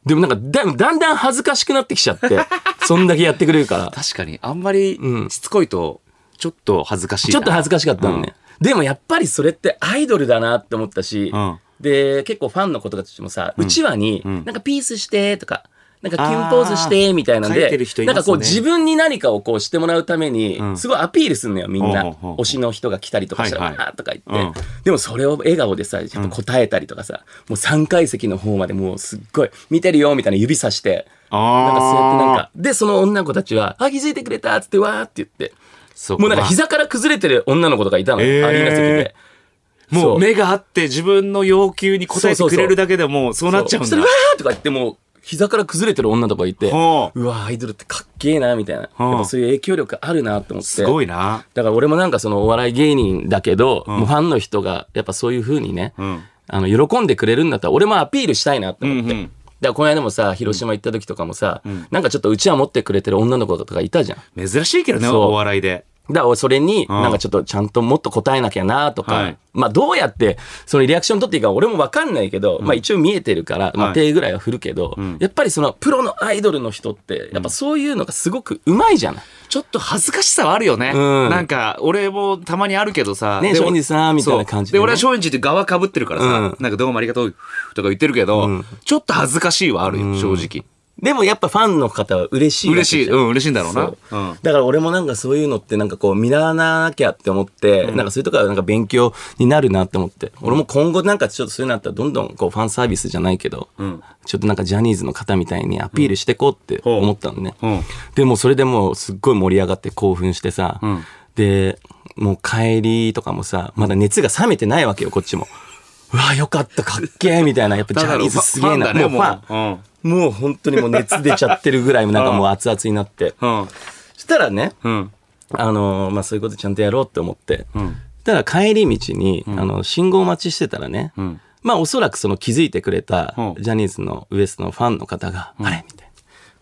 でもなんかだんだん恥ずかしくなってきちゃって、そんだけやってくれるから。 確かに、あんまりしつこいと、ちょっと恥ずかしいな。 ちょっと恥ずかしかったのね。でもやっぱりそれってアイドルだなって思ったし、で、結構ファンの子たちもさ、うちわに、なんかピースしてとか、なんかキュンポーズしてみたいなんで、なんかこう自分に何かをこうしてもらうために、すごいアピールするのよ、みんな。推しの人が来たりとかしたら、わーとか言って。でもそれを笑顔でさ、やっぱ答えたりとかさ、もう3階席の方までもうすっごい、見てるよみたいな指さして、なんかそうやってなんか、で、その女の子たちは、あ、気づいてくれたっつってわーって言って、もうなんか膝から崩れてる女の子とかいたの、アリーナ席で。 もう目があって自分の要求に応えてくれるだけでもそうなっちゃうんだ。 それわーとか言ってもう膝から崩れてる女とかいて、うわアイドルってかっけえなみたいな、やっぱそういう影響力あるなと思って。 すごいな。 だから俺もなんかそのお笑い芸人だけど、もうファンの人がやっぱそういう風にね、喜んでくれるんだったら俺もアピールしたいなって思って。だからこの間もさ広島行った時とかもさ、なんかちょっとうちわ持ってくれてる女の子とかいたじゃん。 珍しいけどね、お笑いで。 だからそれになんかちょっとちゃんともっと答えなきゃなとか、まあどうやってそのリアクション取っていいか俺も分かんないけど、まあ一応見えてるから、まあ手ぐらいは振るけど、やっぱりそのプロのアイドルの人ってやっぱそういうのがすごくうまいじゃない。 ちょっと恥ずかしさはあるよね。なんか俺もたまにあるけどさ、 ね、松陰寺さんみたいな感じで、 で俺は松陰寺って側かぶってるからさ、なんかどうもありがとうとか言ってるけど、ちょっと恥ずかしいはあるよ、正直。 でもやっぱファンの方は嬉しい。 嬉しい。嬉しいんだろうな。 だから俺もなんかそういうのってなんかこう見習わなきゃって思って、なんかそういうとこはなんか勉強になるなって思って。俺も今後なんかちょっとそういうのあったらどんどんこうファンサービスじゃないけど、ちょっとなんかジャニーズの方みたいにアピールしてこうって思ったのね。でもそれでもうすっごい盛り上がって興奮してさ、で、もう帰りとかもさ、まだ熱が冷めてないわけよ、こっちも。うわ、よかった、かっけーみたいな。やっぱジャニーズすげえな。もうファン。もう本当にもう熱出ちゃってるぐらいなんかもう熱々になって。そしたらね、まあそういうことちゃんとやろうって思って。ただ帰り道に、信号待ちしてたらね、まあおそらくその気づいてくれたジャニーズのウエストのファンの方が、あれみたいな。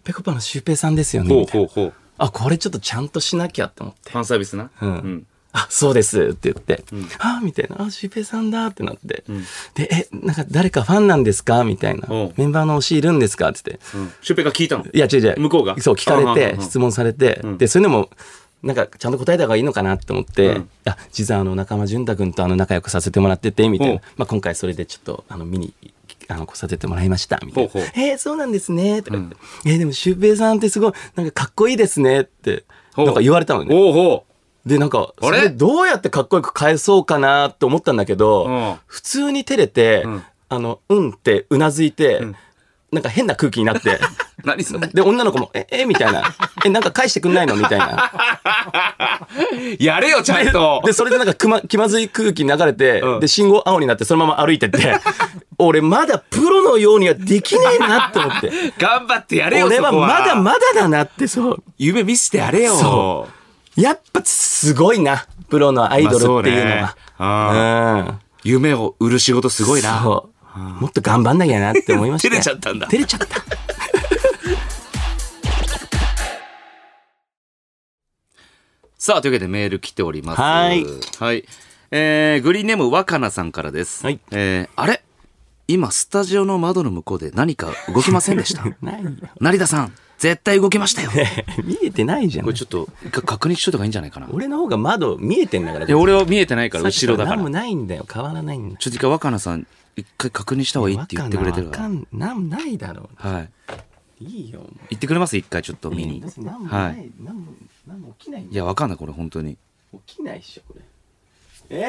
ぺこぱのシュウペイさんですよね。みたいな。あ、これちょっとちゃんとしなきゃって思って。 ファンサービスな。 あ、そうですって言って、みたいな、シュウペイさんだってなって、で、なんか誰かファンなんですかみたいな。メンバーの推しいるんですかって言って。 シュウペイが聞いたの？ いや、違う。 向こうが？ そう、聞かれて、質問されて、で、それでも、なんかちゃんと答えた方がいいのかなって思って、実は中間淳太君と仲良くさせてもらってて、みたいな。今回それでちょっと見に来させてもらいました、みたいな。そうなんですね、とか言って。でもシュウペイさんってすごい、なんかかっこいいですねって、なんか言われたのね。で、なんか、それどうやってかっこよく返そうかなって思ったんだけど、普通に照れて、ってうなずいて、なんか変な空気になって。 何それ？ で、女の子も、みたいな。なんか返してくんないのみたいな。 やれよ、ちゃんと。 で、それでなんか気まずい空気流れて、で、信号青になってそのまま歩いてって、俺まだプロのようにはできないなって思って。 頑張ってやれよ、 俺はまだまだだなって、そう。 夢見せてやれよ。 そう。やっぱすごいな、プロのアイドルっていうのは。 夢を売る仕事すごいな。 そう。もっと頑張んなきゃなって思いました。 照れちゃったんだ。 照れちゃった。 さあ、というわけでメール来ております。 はい。 グリーンネーム若菜さんからです。 はい。 あれ今、スタジオの窓の向こうで何か動きませんでした？ ないよ。 成田さん、絶対動きましたよ。 見えてないじゃん。 これちょっと確認しといた方がいいんじゃないかな。 俺の方が窓見えてんだから。 いや、俺は見えてないから、後ろだから。 何もないんだよ。変わらないんだよ。 ちょっと一回若菜さん、一回確認した方がいいって言ってくれてるから。 ないだろう。はい。 いいよ。 言ってくれます？一回ちょっと見に。 はい。何も起きないんだよ。 いや、わかんない、これ、本当に。 起きないっしょ、これ。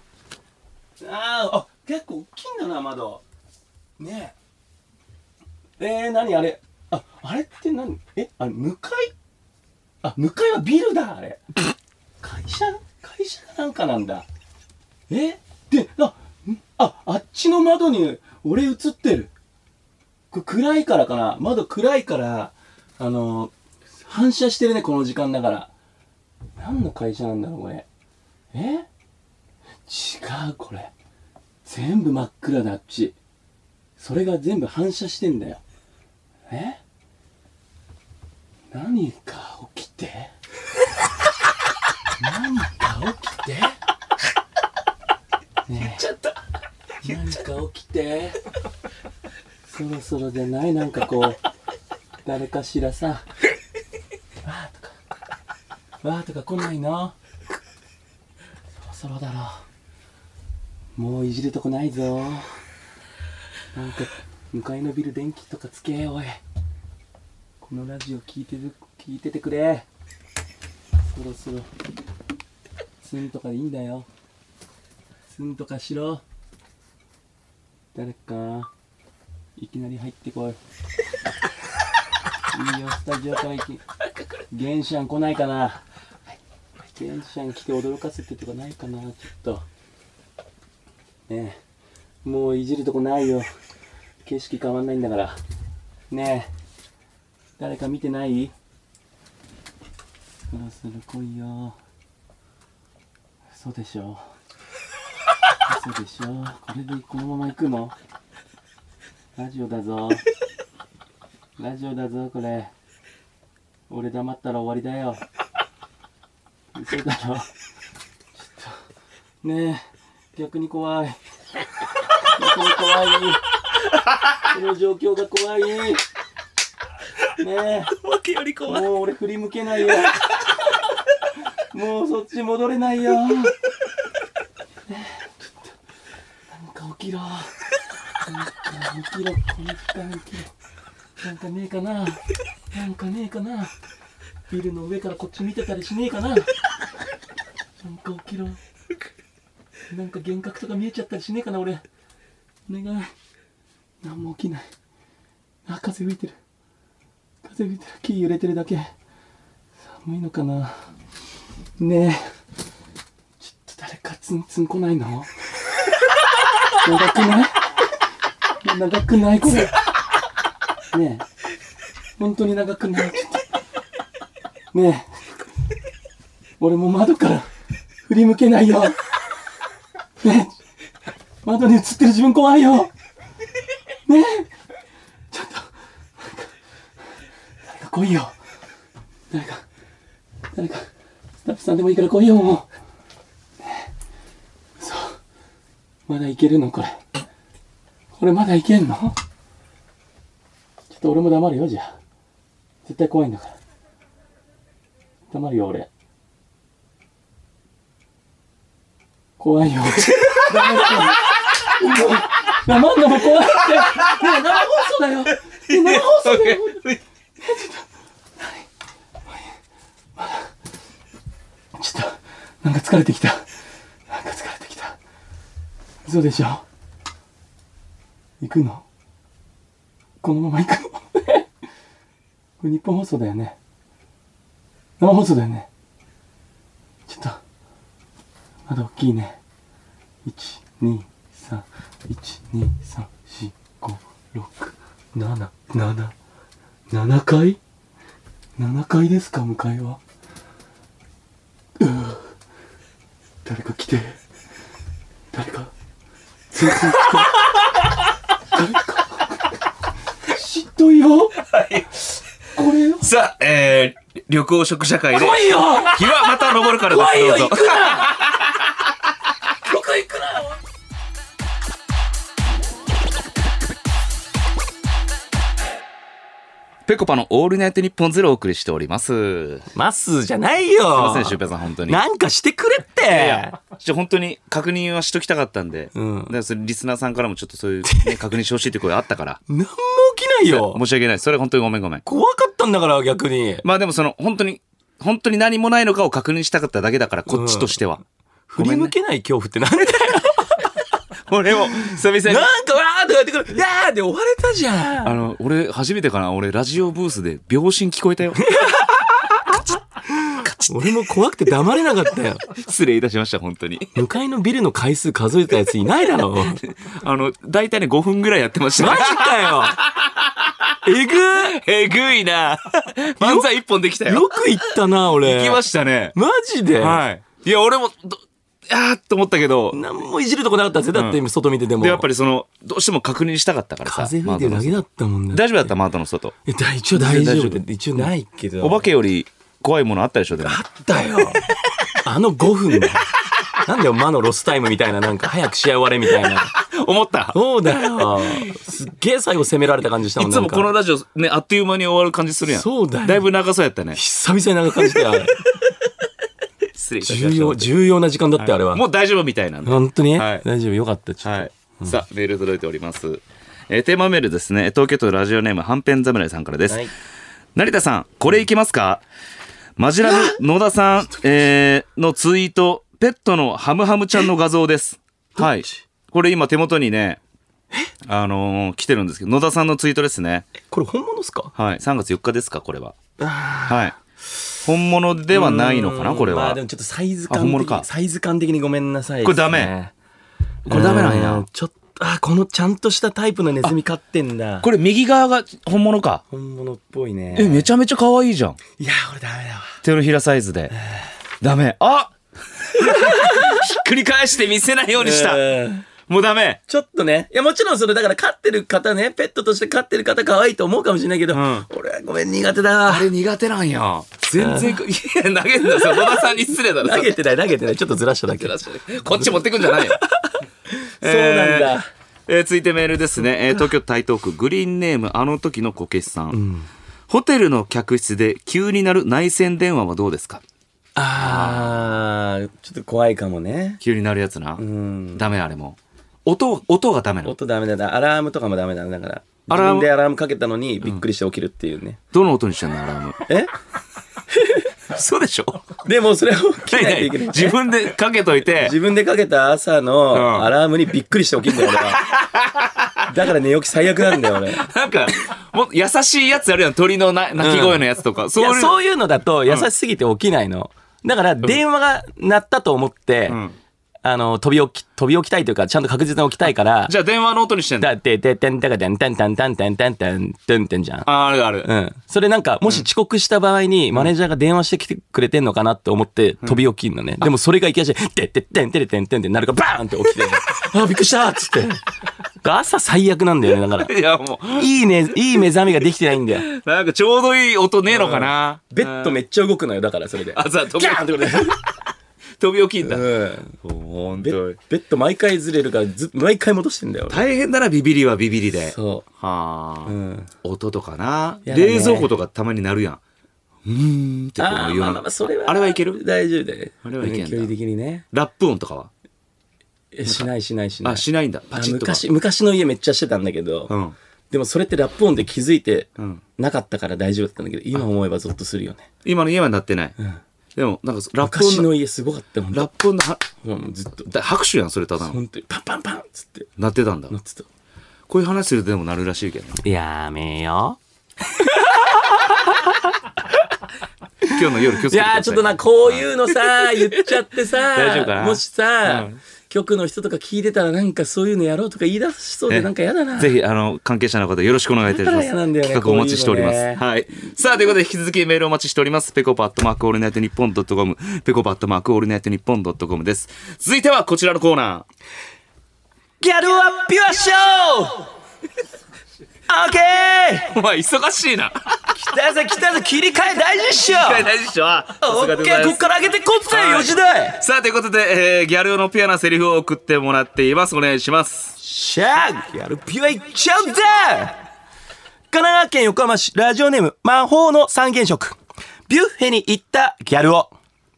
結構大きいんだな、窓。ねえ。何あれ。あれって何？あれ、向かいはビルだ、あれ。会社かなんかなんだ。で、あっちの窓に俺映ってる。これ暗いからかな。窓暗いから、反射してるね、この時間だから。何の会社なんだろう、これ。違う、これ。全部真っ暗だ、あっち。それが全部反射してんだよ。何か起きて何か起きて言っちゃった。 何か起きてそろそろじゃない？なんかこう、誰かしらさ、わーとか来ないの？そろそろだろう。もういじるとこないぞ。なんか向かいのビル電気とかつけ、おい。このラジオ聞いててくれ。そろそろツンとかでいいんだよ。ツンとかしろ。誰かいきなり入ってこい。いいよ、スタジオからゲンシャン来ないかな。ゲンシャン来て驚かせてとかないかな。ちょっとねえ、もういじるとこないよ。景色変わんないんだから。ねえ、誰か見てない？そろそろ来いよ。嘘でしょ。嘘でしょ。これでこのまま行くの？ラジオだぞ。ラジオだぞ、これ。俺黙ったら終わりだよ。嘘だろ。ちょっとねえ、逆に怖い。逆に怖い。この状況が怖い。ねえ、 わけより怖い。 もう俺振り向けないよ。もうそっち戻れないよ。ねえ、ちょっとなんか起きろ。なんか起きろ。この時間起きろ。なんかねえかな。なんかねえかな。ビルの上からこっち見てたりしねえかな。なんか起きろ。なんか幻覚とか見えちゃったりしねえかな、俺。お願い。なんも起きない。あ、風吹いてる。風吹いてる。木揺れてるだけ。寒いのかな。ねえ、ちょっと誰かツンツン来ないの？長くない？長くないこれ。ねえ、本当に長くない？ねえ、俺も窓から振り向けないよ。ねえ、窓に映ってる自分怖いよ。ねえ、ちょっと誰か誰かスタッフさんでもいいから来いよもう。そうまだいけるのこれまだいけんの？ちょっと俺も黙るよじゃあ。絶対怖いんだから黙るよ俺。怖いよ黙んのも怖いって。ねえ生放送だよ。生放送だよ。ちょっとなんか疲れてきた。嘘でしょ。行くの？このまま行くの？これ日本放送だよね。生放送だよね。ちょっとまだ大きいね。12312345677階？7階ですか？向かいは。誰か来て。全然来て。誰かしんどいよ。これよ。 さあ、緑黄色社会で来いよ。 日はまた昇るからです。 来いよ。 どうぞ。 行くな。どこ行くな。 ぺこぱのオールナイトニッポンゼロをお送りしております。 マスじゃないよ。 すいません、シュウペイさん、本当に。 なんかしてくれって。 本当に確認はしときたかったんで、でそれリスナーさんからもちょっとそういう、ね、確認してほしいって声あったから。 なんも起きないよ。 申し訳ない。それは本当にごめん。 怖かったんだから逆に。 まあでも本当に何もないのかを確認したかっただけだから、こっちとしては。 振り向けない恐怖ってなんだよ。 俺も久々になんかわーってやってくる。いやーで終われたじゃん。 俺初めてかな。俺ラジオブースで秒針聞こえたよ。 俺も怖くて黙れなかったよ。 失礼いたしました、本当に。 向かいのビルの回数数えたやついないだろう。 大体ね5分ぐらいやってました。 マジかよ。 えぐいな。漫才1本できたよ。 よく行ったな俺。 行きましたね。 マジで。 はい。いや俺もと思ったけど、 何もいじるとこなかったぜ。だって外見てても。 でやっぱりどうしても確認したかったからさ。 風吹いてるだけだったもんね。 大丈夫だった窓の外。 一応大丈夫で。一応ないけど。 お化けより怖いものあったでしょ。でもあったよ。5分だ。なんだよ魔のロスタイムみたいな、なんか早く試合終われみたいな。 思った。 そうだよ。すっげえ最後攻められた感じしたもんね。 いつもこのラジオねあっという間に終わる感じするやん。 そうだよ。 だいぶ長そうやったね。 久々に長く感じたよ。 失礼いたしました。 重要な時間だってあれは。 もう大丈夫みたいなんで。 本当に？大丈夫よかった。 はい。さあメール届いております。テーマメールですね。東京都ラジオネームはんぺん侍さんからです。成田さんこれいきますか？マジラブ野田さんのツイート、ペットのハムハムちゃんの画像です。はい。これ今手元にね来てるんですけど、野田さんのツイートですね。 これ本物ですか？ はい。3月4日ですかこれは。はい。本物ではないのかなこれは。 まあでもちょっとサイズ感的にごめんなさい。 これダメ。これダメなんや。 ちょっとこのちゃんとしたタイプのネズミ飼ってんだ。 これ右側が本物か。 本物っぽいね。 めちゃめちゃ可愛いじゃん。 いや俺ダメだわ。 手のひらサイズで。ダメ。ひっくり返して見せないようにした。もうダメ。 ちょっとね。いやもちろんそれだから飼ってる方ね、ペットとして飼ってる方可愛いと思うかもしれないけど、俺はごめん苦手だわ。 あれ苦手なんや。全然投げんだよ。野田さんに失礼だろ。 投げてないちょっとずらしただけ。 こっち持ってくんじゃないよ。 そうなんだ。 続いてメールですね。東京台東区グリーンネームあの時のこけしさん。ホテルの客室で急に鳴る内線電話はどうですか？ ちょっと怖いかもね。 急に鳴るやつな。ダメあれも。音がダメなの。 音ダメだな。アラームとかもダメだな。だから自分でアラームかけたのにびっくりして起きるっていうね。 どの音にしてんのアラーム？そうでしょ。 でもそれを切らないといけない。 自分でかけといて。 自分でかけた朝のアラームにびっくりして起きるんだよ俺は。だから寝起き最悪なんだよ俺。 なんかもう優しいやつあるやん。鳥の鳴き声のやつとか。 そういうのだと優しすぎて起きないの。だから電話が鳴ったと思って。飛び起きたいというかちゃんと確実に起きたいから。 じゃあ電話の音にしてんの？ だっててんてんてんてんてんてんてんてんてんてんてんてんじゃん。 ある。 それなんかもし遅刻した場合にマネージャーが電話してきてくれてんのかなって思って飛び起きるのね。でもそれがいきなりてんてんてんてんてんてんってなるからバーンって起きてびっくりしたっつって朝最悪なんだよね、だから。 いやもいい目覚めができてないんだよ。 うなんかちょうどいい音ねえのかな、 ベッドめっちゃ動くのよ、だからそれで。 朝飛びギャーンってことで。 飛び起きんだ、 うんほんベとッド毎回ずれるから毎回戻してんだよ。 大変だな、ビビりはビビりで。 そはあ、 う。うん。 音とかな、 やだね冷蔵庫とかたまになるやん。ってこああ、 のようなまあまあそれは。 あれはいける？ 大丈夫だよ。 あれはいけんだ距離的にね。 ラップ音とかはしない。 あ、しないんだ。パチッとか。 昔の家めっちゃしてたんだけど、 うん。 でもそれってラップ音で気づいてうん。 なかったから大丈夫だったんだけど、今思えばゾッとするよね。 今の家はなってない。 んでも、なんか、ラップ音の、 昔の家すごかったもん。 ラップ音のは、 うんずっと。 拍手やん、それただの。 本当にパンパンパンっつってなってたんだ。 なってた。 こういう話するとでもなるらしいけどね。 やめよ。 今日の夜気をつけてください。 いやーちょっとな、こういうのさ、言っちゃってさ、 大丈夫かなもしさ、 うん局の人とか聞いてたらなんかそういうのやろうとか言い出しそうでなんかやだな。 ぜひ、関係者の方よろしくお願いいたしだからます。 嫌なんだよね企画お待ちしております。 こういうのねはい。さあ、ということで引き続きメールお待ちしております。ぺこぱ@オールナイトニッポンドットコム、ぺこぱ@オールナイトニッポンドットコムです。続いてはこちらのコーナー。 ギャルはピュアショーオッケーお前忙しいな。 来たぜ切り替え大事っしょ大事っしょ。さオすがでごッケーこっざいます。 から上げてこっぜはい 4時台さあ、ということで、ギャルのピュアなセリフを送ってもらっています。お願いします。 シャーギャルピュアいっちゃうぜ神奈川県横浜市ラジオネーム魔法の三原色ビュッフェに行ったギャルを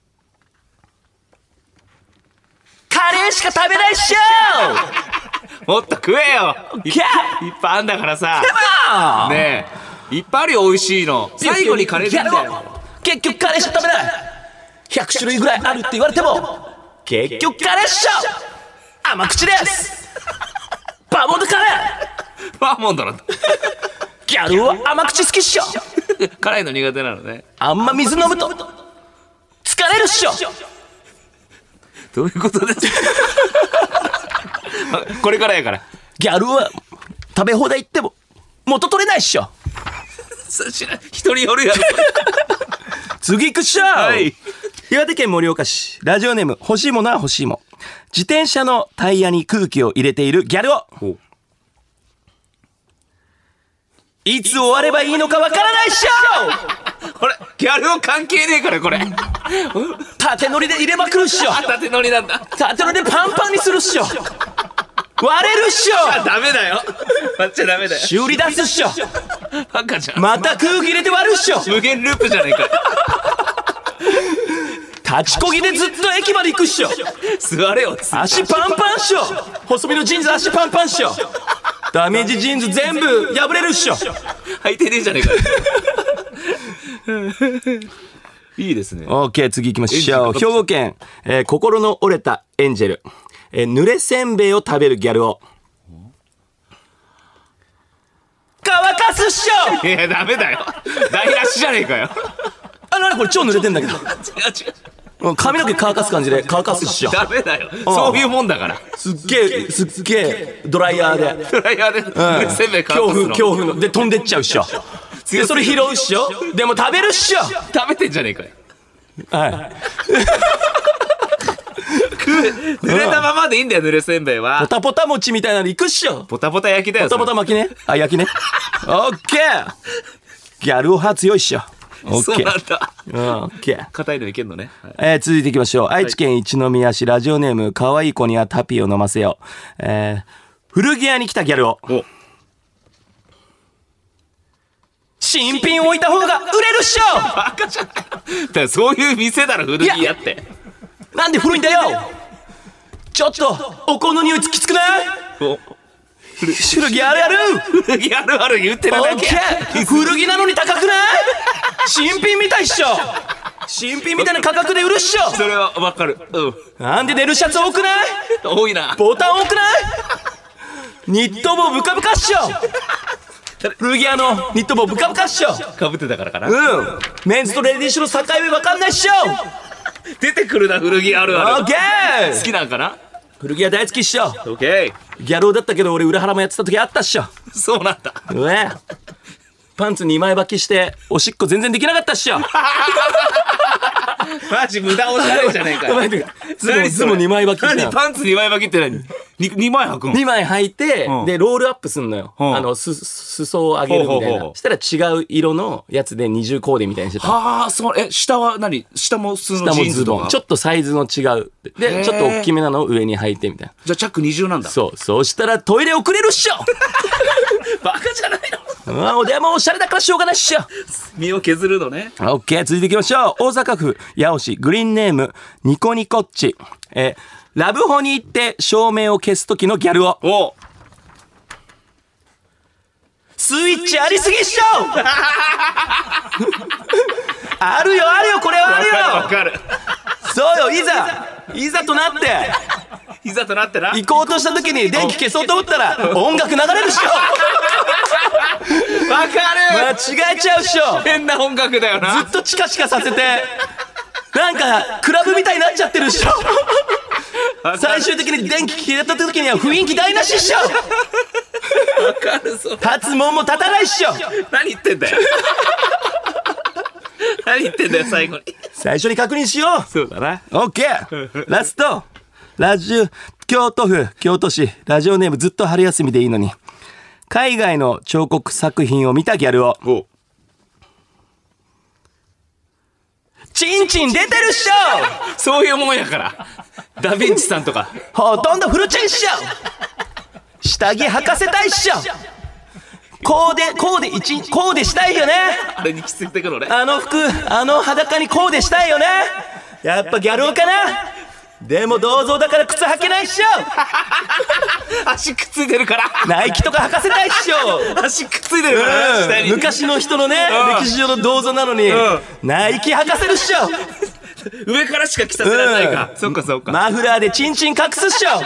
カレーしか食べないっしょもっと食えよ。 ギャいっぱいあんだからさ。 ーねえ。いっぱいあるよ、美味しいの。最後にカレーでいいんだよ。 結局カレーしか食べない100種類ぐらいあるって言われても結局カレーっしょ甘口ですバーモントカレーバーモンドなんだ。 ギャルは甘口好きっしょ辛いの苦手なのね。 あんま水飲むと疲れるっしょどういうことですかこれからやから。 ギャルは食べ放題行っても元取れないっしょ知らん人によるやろ。 次行くっしょ、 はい岩手県盛岡市ラジオネーム欲しいものは欲しいも自転車のタイヤに空気を入れているギャルをほういつ終わればいいのかわからないっしょこれギャルの関係ねえからこれ。 縦乗りで入れまくるっしょ縦乗りなんだ。 縦乗りでパンパンにするっしょ割れるっしょダメだよ。割っちゃダメだよ。 修理出すっしょバカじゃん。 また空気入れて割るっしょ無限ループじゃねえか。 立ちこぎでずっと駅まで行くっしょ座れよ。 足パンパンっしょ細身のジーンズ足パンパンっしょダメージジーンズ全部破れるっしょ履いてねえじゃねえか。いいですね。 オーケー次行きましょうエンジェル兵庫県、心の折れたエンジェル、濡れせんべいを食べるギャルを乾かすっしょいやダメだよ。台無しじゃねえかよ。 あ、なにこれ超濡れてんだけど違う違う。 髪の毛乾かす感じで乾かすっしょダメだよ。そういうもんだから。 すっげえドライヤーでドライヤーでせんべい乾かすの。 恐怖ので飛んでっちゃうっしょでそれ拾うっしょでも食べるっしょ食べてんじゃねえかよ。 はい濡れたままでいいんだよ、濡れせんべいはポ。タポタ餅みたいなのいくっしょポタポタ焼きだよ。 ポタポタ巻きねあ焼きねオッケーギャルオ派強いっしょオッケそうなんだ。 ーオッケー硬いのいけんのね。はい続いていきましょう愛知県一宮市ラジオネーム可愛い子にはタピを飲ませよう、古着屋に来たギャルをお新品置いた方が売れるっしょバカじゃん。だからそういう店だろ、古着屋って。 なんで古いんだよちょっとお香の匂いきつくないお古着あるある古着あるある言ってるオッだけ。 ケー古着なのに高くない新品みたいっしょ新品みたいな価格で売るっしょそれはわかる。 なんで寝るシャツ多くない多いな。 ボタン多くないニット帽ブカブカっしょ古着屋のニット帽ブカブカっしょかぶってたからかな。 メンズとレディッシュの境目わかんないっしょ出てくるな、古着あるある。 オッケ好ーきなんかな。 古着屋大好きっしょオッケギャル男だったけど俺裏腹もやってた時あったっしょー。そうなんだ。 パンツ2枚履きしておしっこ全然できなかったっしょマジ無駄おしゃれじゃねえかよ。 ズボン2枚履きした何パンツ2枚履きって何？ 2枚履くん 2枚履いて、 うんで、ロールアップすんのよ。 うん裾を上げるみたいな。 ほうほうほうしたら違う色のやつで二重コーデみたいにしてた。 はあ、下は何？下も普通の下ジーンズとかもズボン。ちょっとサイズの違う。で、 へーちょっと大きめなのを上に履いてみたいな。 じゃあチャック二重なんだ。 そう。そうしたらトイレ遅れるっしょバカじゃないの？ でもおしゃれだからしょうがないっしょ身を削るのね。 オッケー、続いていきましょう。大阪府八尾市グリーンネームニコニコッチ。ラブホに行って照明を消す時のギャルを。 おスイッチありすぎっしょあるよあるよ、これはあるよ。 わかる。 そうよ、いざとなっていざとなってな。 行こうとした時に電気消そうと思ったら音楽流れるっしょ。 わか間る。 違えちゃうっしょ。 変な音楽だよな。 ずっとチカチカさせてなんかクラブみたいになっちゃってるっしょ。最終的に電気消えた時には雰囲気台無しっしょ。 わかるぞ。 立つもんも立たないっしょ。 何言ってんだよ。何言ってんだよ、最後に。 最初に確認しよう。 そうだな。 オッケー。ラスト。京都府京都市ラジオネームずっと春休みでいいのに、海外の彫刻作品を見たギャルを。 おチンチン出てるっしょ。 そういうもんやから。ダヴィンチさんとか。 ほとんどフルチンっしょ。下着履かせたいっしょ。コーデしたいよね。 あれにきついてくのね。 あの服、あの裸にコーデしたいよね。やっぱギャル男かな。でも銅像だから靴履けないっしょ。 足くっついてるから。 ナイキとか履かせたいっしょ。 足くっついてるからな、下に。 昔の人のね、歴史上の銅像なのに、ナイキ履かせるっしょ。 上からしか着させられないか。そっかそっか。 マフラーでチンチン隠すっしょ。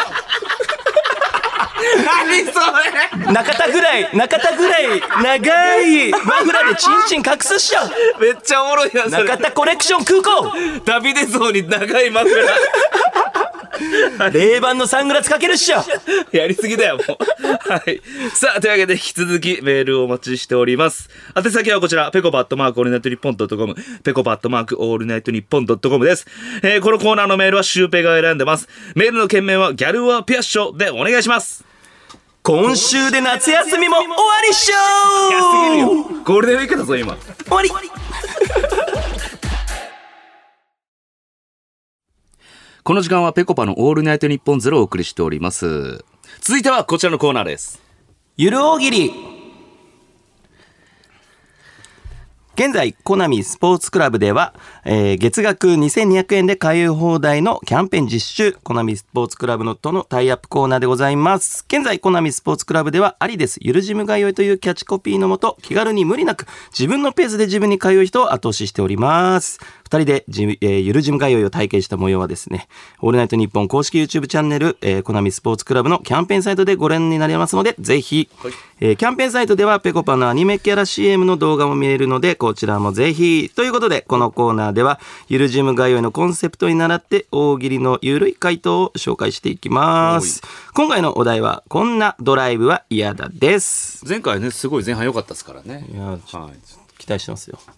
何それ。 中田ぐらい長いマフラーでチンチン隠すっしょ。 めっちゃおもろいな、それ。 中田コレクション空港。 ダビデ像に長いマフラ冷板のサングラスかけるっしょ。 ー。やりすぎだよ、もう。はい。さあ、というわけで引き続きメールをお待ちしております。宛先はこちら、ペコパットマークオールナイトニッポンドットコム、ペコパットマークオールナイトニッポンドットコムです。このコーナーのメールはシュウペイが選んでます。メールの件名はギャルはピアッショでお願いします。 今週で夏休みも終わりっしょ。 安すぎるよ。ゴールデンウィークだぞ、今。 終わり。 この時間はペコパのオールナイトニッポンゼロをお送りしております。続いてはこちらのコーナーです。 ゆる大喜利。現在コナミスポーツクラブでは、月額2200円で通い放題のキャンペーン実施中。コナミスポーツクラブのとのタイアップコーナーでございます。現在コナミスポーツクラブではありです、ゆるジム通いというキャッチコピーのもと、気軽に無理なく自分のペースでジムに通う人を後押ししております。2人でゆるジム通いを体験した模様はですね、オールナイトニッポン公式 YouTube チャンネル、コナミスポーツクラブのキャンペーンサイトでご覧になれますので、ぜひ、キャンペーンサイトではペコパのアニメキャラ CM の動画も見れるので、こちらもぜひ。ということで、このコーナーではゆるジム通いのコンセプトに倣って大喜利のゆるい回答を紹介していきます。今回のお題は、こんなドライブは嫌だです。 前回ね、すごい前半良かったですからね。 いや、 はい、 期待してますよ。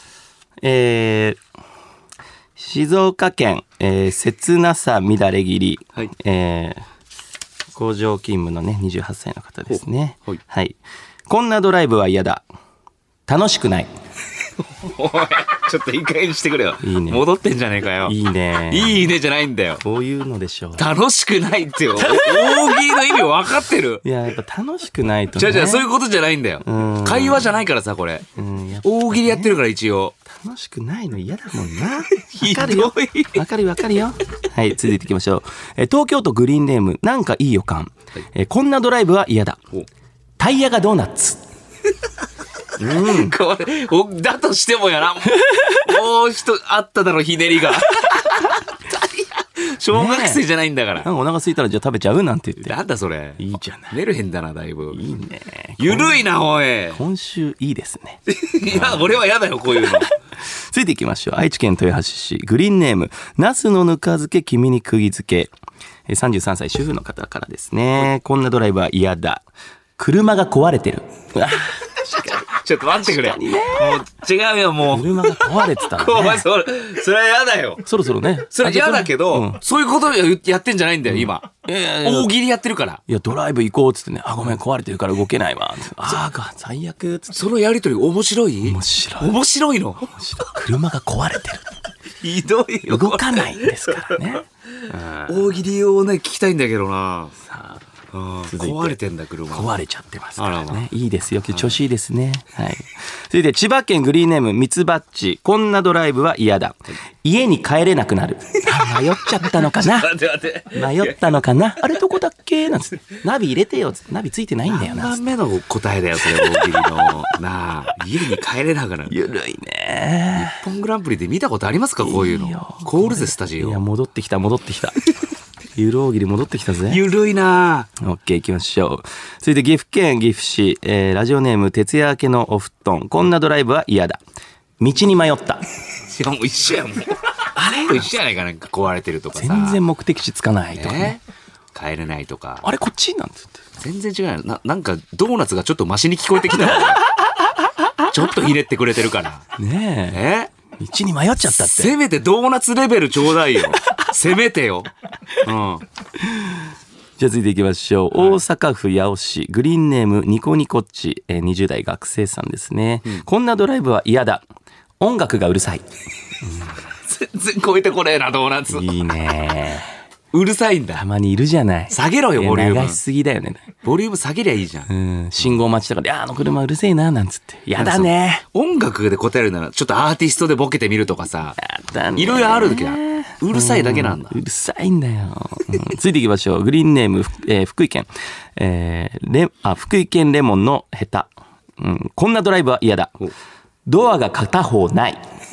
静岡県、切なさ乱れ切り、 はい、 工場勤務のね28歳の方ですね。 はい、 はい。こんなドライブは嫌だ。楽しくない。 おい、ちょっといい加減にしてくれよ。 いいね。 戻ってんじゃねえかよ。 いいね。 いいねじゃないんだよ。 こういうのでしょう。 楽しくないってよ。大喜利の意味分かってる。 いや、やっぱ楽しくないとね。 じゃあそういうことじゃないんだよ。会話じゃないからさ、これ。 やっぱね、 大喜利やってるから一応。 楽しくないの嫌だもんな。わかるよ。わかるよ。はい、続いていきましょう。東京都グリーンネーム、なんかいい予感。こんなドライブは嫌だ。タイヤがドーナツ。 これだとしてもやな。もうあっただろ、ひねりが。小学生じゃないんだから。 なんかお腹空いたらじゃあ食べちゃうなんて言って。 なんだそれ。 いいじゃない。 寝るへんだな、だいぶ。 いいね。 ゆるいな、おい。 今週いいですね。 いや、俺は嫌だよ、こういうの。 ついていきましょう。愛知県豊橋市グリーンネーム、ナスのぬか漬け君に釘付け。33歳主婦の方からですね。こんなドライブは嫌だ。車が壊れてる。 ちょっと待ってくれ。もう違うよ、もう。 車が壊れてたのね。 それは嫌だよ。 そろそろね。 それ嫌だけど、そういうことやってんじゃないんだよ、今。 いやいや大喜利やってるから。 いや、ドライブ行こうっつってね、ごめん、壊れてるから動けないわ。最悪っつって。 そのやりとり面白い？ 面白い。 面白いの？ 車が壊れてる。 ひどいよ。 動かないんですからね。 大喜利をね、聞きたいんだけどな。 続いて壊れてんだ、車。 壊れちゃってますからあらね。いいですよ。今日調子いいですね。はい。続いて、千葉県グリーンネーム、ミツバッチ。こんなドライブは嫌だ。家に帰れなくなる。迷っちゃったのかな。 待って。 迷ったのかな。あれどこだっけなんつって。ナビ入れてよ。ナビついてないんだよな。 何番目の答えだよ、それ、大喜利の。なあ、家に帰れながら。 ゆるいね。 日本グランプリで見たことありますか、こういうの。 いいよコールゼスタジいや、 オ。 戻ってきた。ゆる大喜利戻ってきたぜ。 ゆるいな。 オッケー行きましょう。続いて岐阜県岐阜市、ラジオネーム徹夜明けのお布団。こんなドライブは嫌だ。道に迷った。 いや、もう一緒やもん。あれ一緒やないか、なんか壊れてるとかさ。 全然目的地つかないとかね。 帰れないとか。 あれこっちなんつって。 全然違うよ。なんかドーナツがちょっとマシに聞こえてきたもん。ちょっとひねってくれてるから。 ねえ。道に迷っちゃったって。 せめてドーナツレベルちょうだいよ。せめてよ。 じゃあ続いていきましょう。大阪府八尾市グリーンネームニコニコッチ、20代学生さんですね、こんなドライブは嫌だ。音楽がうるさい。 全然超えてこれえな、ドーナツ。 いいね。 うるさいんだ。 たまにいるじゃない。 下げろよ、ボリューム。 流しすぎだよね。 ボリューム下げりゃいいじゃん。 信号待ちとかで、あの車うるせえな、なんつって。やだね。 音楽で答えるなら、ちょっとアーティストでボケてみるとかさ。いろいろある時は。うるさいだけなんだ。 うるさいんだよ。ついていきましょう。グリーンネーム、福井県。福井県レモンのヘタ。こんなドライブは嫌だ。ドアが片方ない。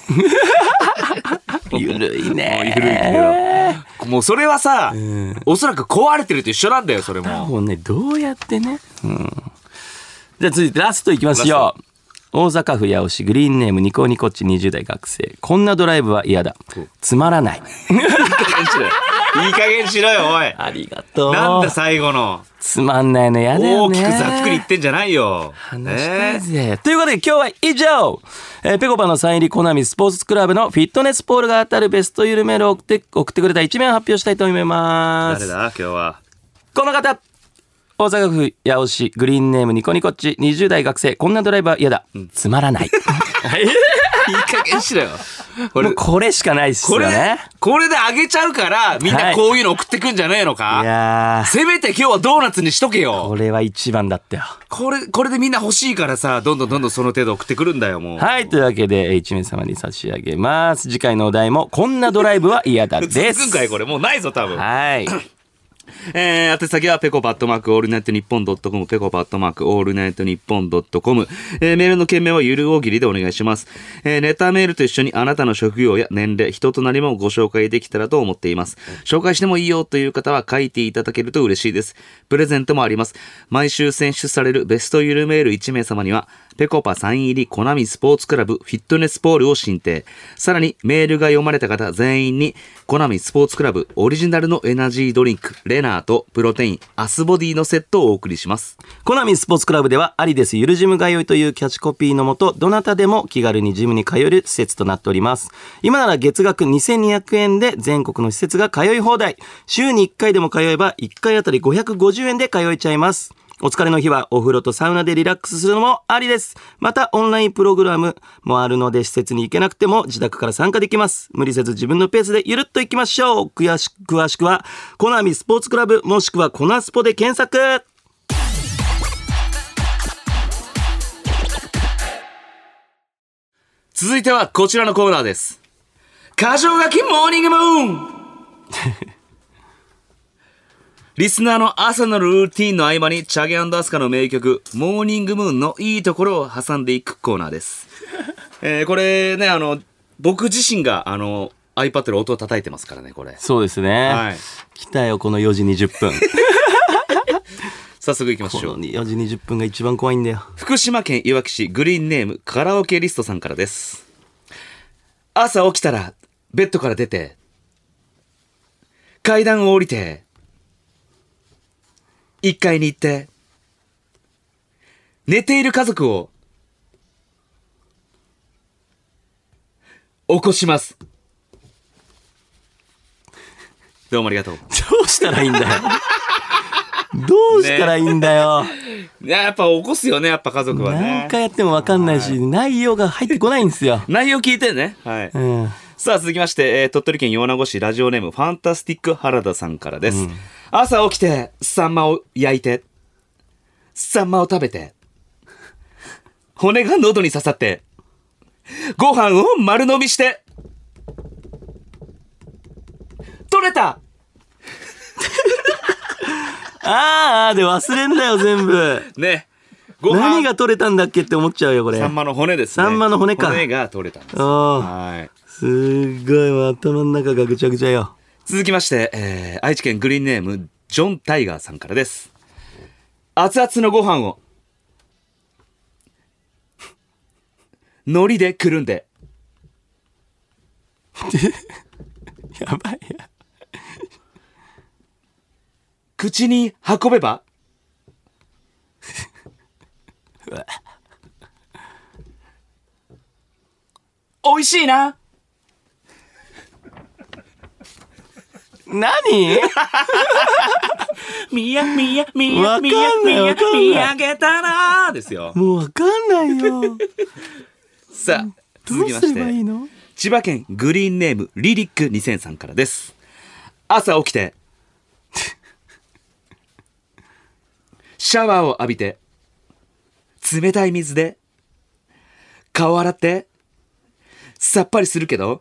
ゆるいね。 ゆるいけど。もうそれはさ、おそらく壊れてると一緒なんだよ、それも。 もうね、どうやってね。じゃあ続いてラストいきますよ。大阪府八尾市グリーンネームニコニコッチ20代学生。こんなドライブは嫌だ。つまらない。 いい加減しろよ、おい。 ありがとう。 なんだ最後の。 つまんないの嫌だよね。 大きくざっくり言ってんじゃないよ。 話したいぜ。ということで今日は以上。ぺこぱのサイン入りコナミスポーツクラブのフィットネスポールが当たるベストゆるメールを送ってくれた1名を発表したいと思います。 誰だ今日は。 この方。大阪府八尾市グリーンネームニコニコッチ20代学生。こんなドライバー嫌だ。つまらない。 いい加減しろよ。 もうこれしかないっすよね。 これであげちゃうからみんなこういうの送ってくんじゃねえのか、 いやせめて今日はドーナツにしとけよ。 これは一番だったよ。 これでみんな欲しいからさ、どんどんその程度送ってくるんだよ、もう。 はい、というわけで1名様に差し上げます。次回のお題もこんなドライブは嫌だです。 続くんかいこれもうないぞ多分。 はい。 宛先はペコパットマークオールナイトニッポンドットコム、ペコパットマークオールナイトニッポンドットコム。メールの件名はゆる大喜利でお願いします。ネタメールと一緒にあなたの職業や年齢、人となりもご紹介できたらと思っています。紹介してもいいよという方は書いていただけると嬉しいです。プレゼントもあります。毎週選出されるベストゆるメール1名様にはペコパサイン入りコナミスポーツクラブフィットネスポールを進呈。さらにメールが読まれた方全員にコナミスポーツクラブオリジナルのエナジードリンクレナーとプロテインアスボディのセットをお送りします。 コナミスポーツクラブではアリですゆるジム通いというキャッチコピーのもと、どなたでも気軽にジムに通える施設となっております。今なら月額2200円で全国の施設が通い放題。週に1回でも通えば1回あたり550円で通えちゃいます。お疲れの日はお風呂とサウナでリラックスするのもありです。またオンラインプログラムもあるので、施設に行けなくても自宅から参加できます。無理せず自分のペースでゆるっと行きましょう。詳しくはコナミスポーツクラブもしくはコナスポで検索。 続いてはこちらのコーナーです。箇条書きモーニングムーンリスナーの朝のルーティンの合間にチャゲ&アスカの名曲モーニングムーンのいいところを挟んでいくコーナーです。これね、僕自身がiPad で音を叩いてますからね、これ。 そうですね、はい、来たよこの4時20分早速いきましょう。 この4時20分が一番怖いんだよ。 福島県いわき市グリーンネームカラオケリストさんからです。朝起きたらベッドから出て階段を降りて1階に行って寝ている家族を起こします。どうもありがとう。 どうしたらいいんだよ。どうしたらいいんだよ。 いや、やっぱ起こすよね、やっぱ家族はね。 何回やっても分かんないし、内容が入ってこないんですよ。 内容聞いてね。はい。さあ続きまして、鳥取県米子市ラジオネームファンタスティック原田さんからです。朝起きてサンマを焼いて、サンマを食べて、骨が喉に刺さって、ご飯を丸飲みして、取れた。 あーで忘れんだよ全部ね。 何が取れたんだっけって思っちゃうよこれ。 サンマの骨ですね。 サンマの骨か。 骨が取れたんです。 はい。すっごいもう頭の中がぐちゃぐちゃよ。 続きまして、愛知県グリーンネームジョン・タイガーさんからです。熱々のご飯を海苔でくるんでやばいや。 口に運べば美味しいな。 何みやみやみやみやみや見上げたらですよ。 もうわかんないよ。 さあ続きまして、千葉県グリーンネームリリック2000さんからです。朝起きてシャワーを浴びて冷たい水で顔洗ってさっぱりするけど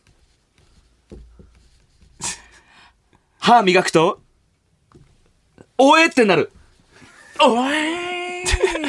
歯磨くとおえってなる。おえ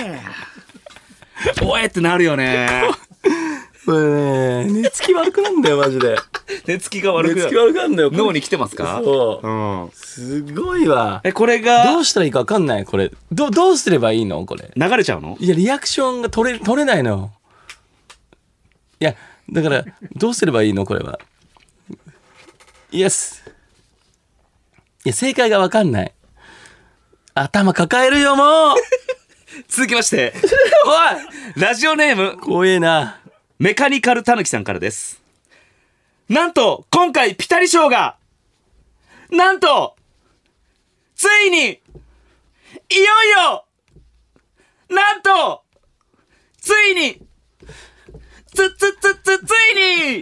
ーおえってなるよね。 これね、寝つき悪くなんだよマジで。 寝つきが悪くなんだよ。 脳に来てますか？ そう、うん、すごいわ。 これがどうしたらいいか分かんない。これどうすればいいのこれ。 流れちゃうの？ いやリアクションが取れないの。いやだからどうすればいいのこれは。イエス。いや正解が分かんない。頭抱えるよもう。 続きましておいラジオネーム怖えなメカニカルたぬきさんからです。なんと今回ピタリ賞がなんとついにいよいよなんとついについに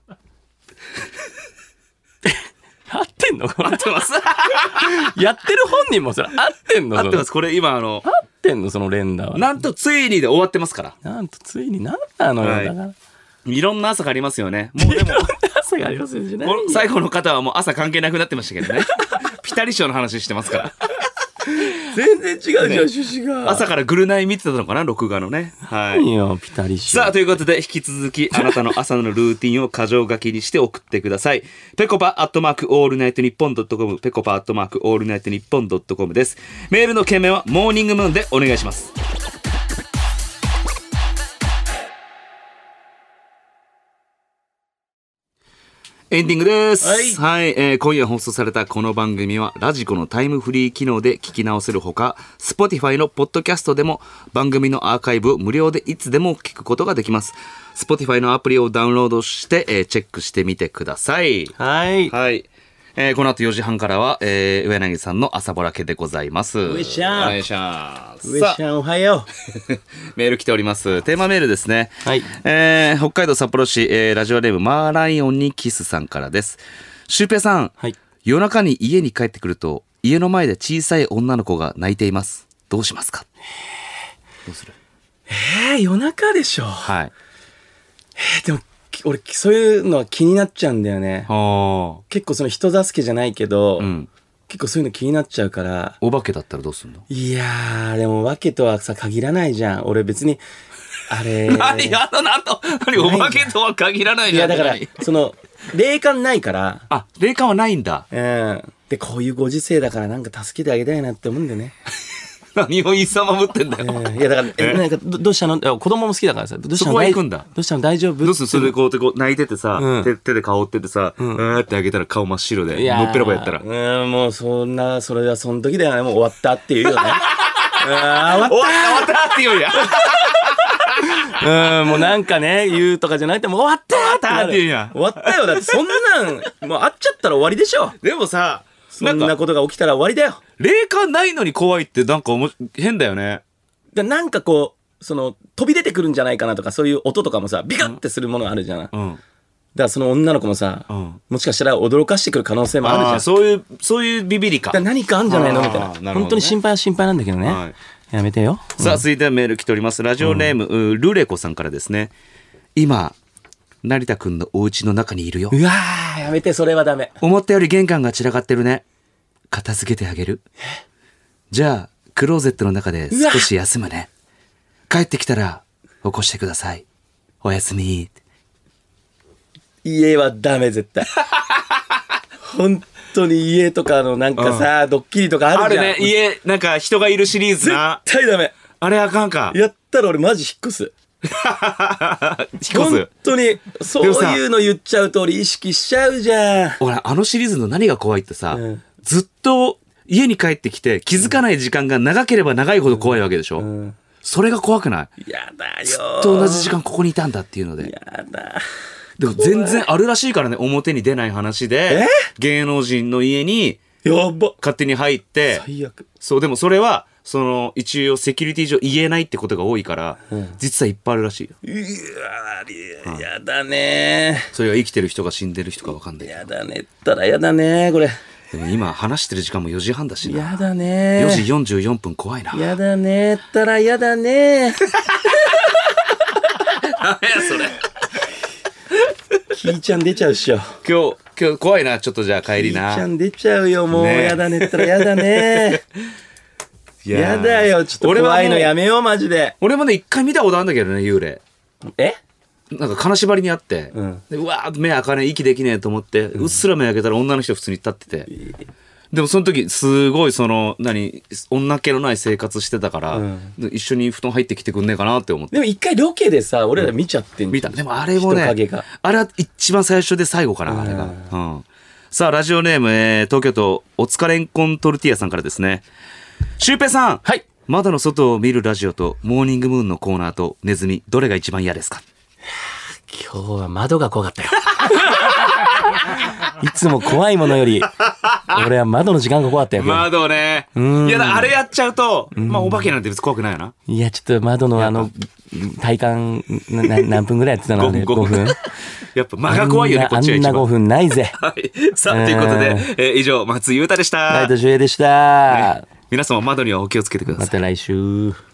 合ってんの？ 合ってます。 やってる本人もそれ合ってんの？ 合ってます。これ今合ってんのその連打は。 なんとついにで終わってますから。 なんとついになんなのよ、はい、だからいろんな朝がありますよね。もうでも朝がありますよね。 最後の方はもう朝関係なくなってましたけどね。ピタリ賞の話してますから。 全然違うじゃん、趣旨が。 朝からグルナイ見てたのかな、録画のね。はい。 いいよピタリ賞。 さあということで引き続きあなたの朝のルーティンを箇条書きにして送ってください。ぺこぱアットマークオールナイトニッポンドットコム、ぺこぱアットマークオールナイトニッポンドットコムです。メールの件名はモーニングムーンでお願いします。エンディングです。はい、今夜放送されたこの番組はラジコのタイムフリー機能で聞き直せるほか、Spotify のポッドキャストでも番組のアーカイブを無料でいつでも聞くことができます。Spotify のアプリをダウンロードして、チェックしてみてください。 はい。 はい。この後4時半からは、上柳さんの朝ぼらけでございます。 うえしゃん。 お願いします。 うえしゃんおはよう。メール来ております。テーマメールですね。 はい。 北海道札幌市、ラジオネームマーライオンにキスさんからです。シュウペイさん、 はい、 夜中に家に帰ってくると家の前で小さい女の子が泣いています。どうしますか？どうする？ 夜中でしょ。 はい。 でも俺そういうのは気になっちゃうんだよね。結構その人助けじゃないけど、結構そういうの気になっちゃうから。 お化けだったらどうすんの？ いやーでもお化けとはさ限らないじゃん。俺別にあれ何お化けとは限らないじゃん。 いやだからその霊感ないから。 あ、霊感はないんだ。 でこういうご時世だからなんか助けてあげたいなって思うんだよね。 何をいさまぶってんだよ。 いやだからなんかどうしたの？子供も好きだからさ。どうしたの？ そこは行くんだ。 どうしたの？大丈夫？ どうする？それでこう泣いててさ、手で顔っててさ、ってあげたら顔真っ白でのっぺらぼやったら。 もうそれはその時だよね。もう終わったっていうよね。終わったって言うや。 もうなんかね言うとかじゃなくてもう終わったって言うんや。 終わったよ。だってそんなんもう会っちゃったら終わりでしょ。 でもさ、 そんなことが起きたら終わりだよ。 霊感ないのに怖いってなんか変だよね。 なんかこうその飛び出てくるんじゃないかなとか、そういう音とかもさビカッてするものあるじゃん。だからその女の子もさ、もしかしたら驚かしてくる可能性もあるじゃん。 そういうビビりか。 何かあるんじゃないのみたいな。 ね、 本当に心配は心配なんだけどね。はい、やめてよ。 さあ続いてはメール来ております。ラジオネーム、ルレコさんからですね。今成田くんのお家の中にいるよ。 うわー、やめて、それはダメ。 思ったより玄関が散らかってるね。片付けてあげる。じゃあクローゼットの中で少し休むね。帰ってきたら起こしてください。おやすみ。 家はダメ、絶対。本当に家とかのなんかさ、ドッキリとかあるじゃん。 あるね、家なんか人がいるシリーズな。 絶対ダメ。 あれあかんか。 やったら俺マジ引っ越す。本当にそういうの言っちゃうと俺意識しちゃうじゃん。 俺あのシリーズの何が怖いってさ、ずっと家に帰ってきて気づかない時間が長ければ長いほど怖いわけでしょ。それが怖くない？ やだよ。 ずっと同じ時間ここにいたんだっていうので。 やだ。 でも全然あるらしいからね、表に出ない話で芸能人の家に勝手に入って、 最悪。 そう、でもそれはその一応セキュリティ上言えないってことが多いから、実はいっぱいあるらしいよ。 うわ、やだね。 それは生きてる人か死んでる人か分かんない。 やだねったらやだねこれ。 でも今話してる時間も4時半だしな。 やだね。 4時44分怖いな。 やだねったらやだね。 ダメやそれ。 キーちゃん出ちゃうっしょ。 今日怖いな。ちょっとじゃあ帰りな。 キーちゃん出ちゃうよもう、ね、やだねったらやだね。やだよ、ちょっと怖いのやめようマジで。 俺もね一回見たことあるんだけどね、幽霊。なんか金縛りにあって、でうわー目開かねえ、息できねえと思って、うっすら目開けたら女の人普通に立ってて、でもその時すごいその女気のない生活してたから、一緒に布団入ってきてくんねえかなって思って。 でも一回ロケでさ俺ら見ちゃってんじゃん。 見た。でもあれもね、あれは一番最初で最後かな、あれが。さあラジオネーム、東京都おつかれんこんトルティーヤさんからですね。シュウペイさん、はい、窓の外を見るラジオとモーニングムーンのコーナーとネズミ、どれが一番嫌ですか？ 今日は窓が怖かったよ。いつも怖いものより俺は窓の時間が怖かったよ。 窓ね。いやあれやっちゃうと、まあお化けなんて別に怖くないよな。 いやちょっと窓の体感何分ぐらいやってたの？ 5分。 やっぱ間が怖いよね、こっちが一番。 あんな5分ないぜ。 はい、さあということで、以上松井裕太でした。 ライトシュエでした。 皆様窓にはお気をつけてください。 また来週。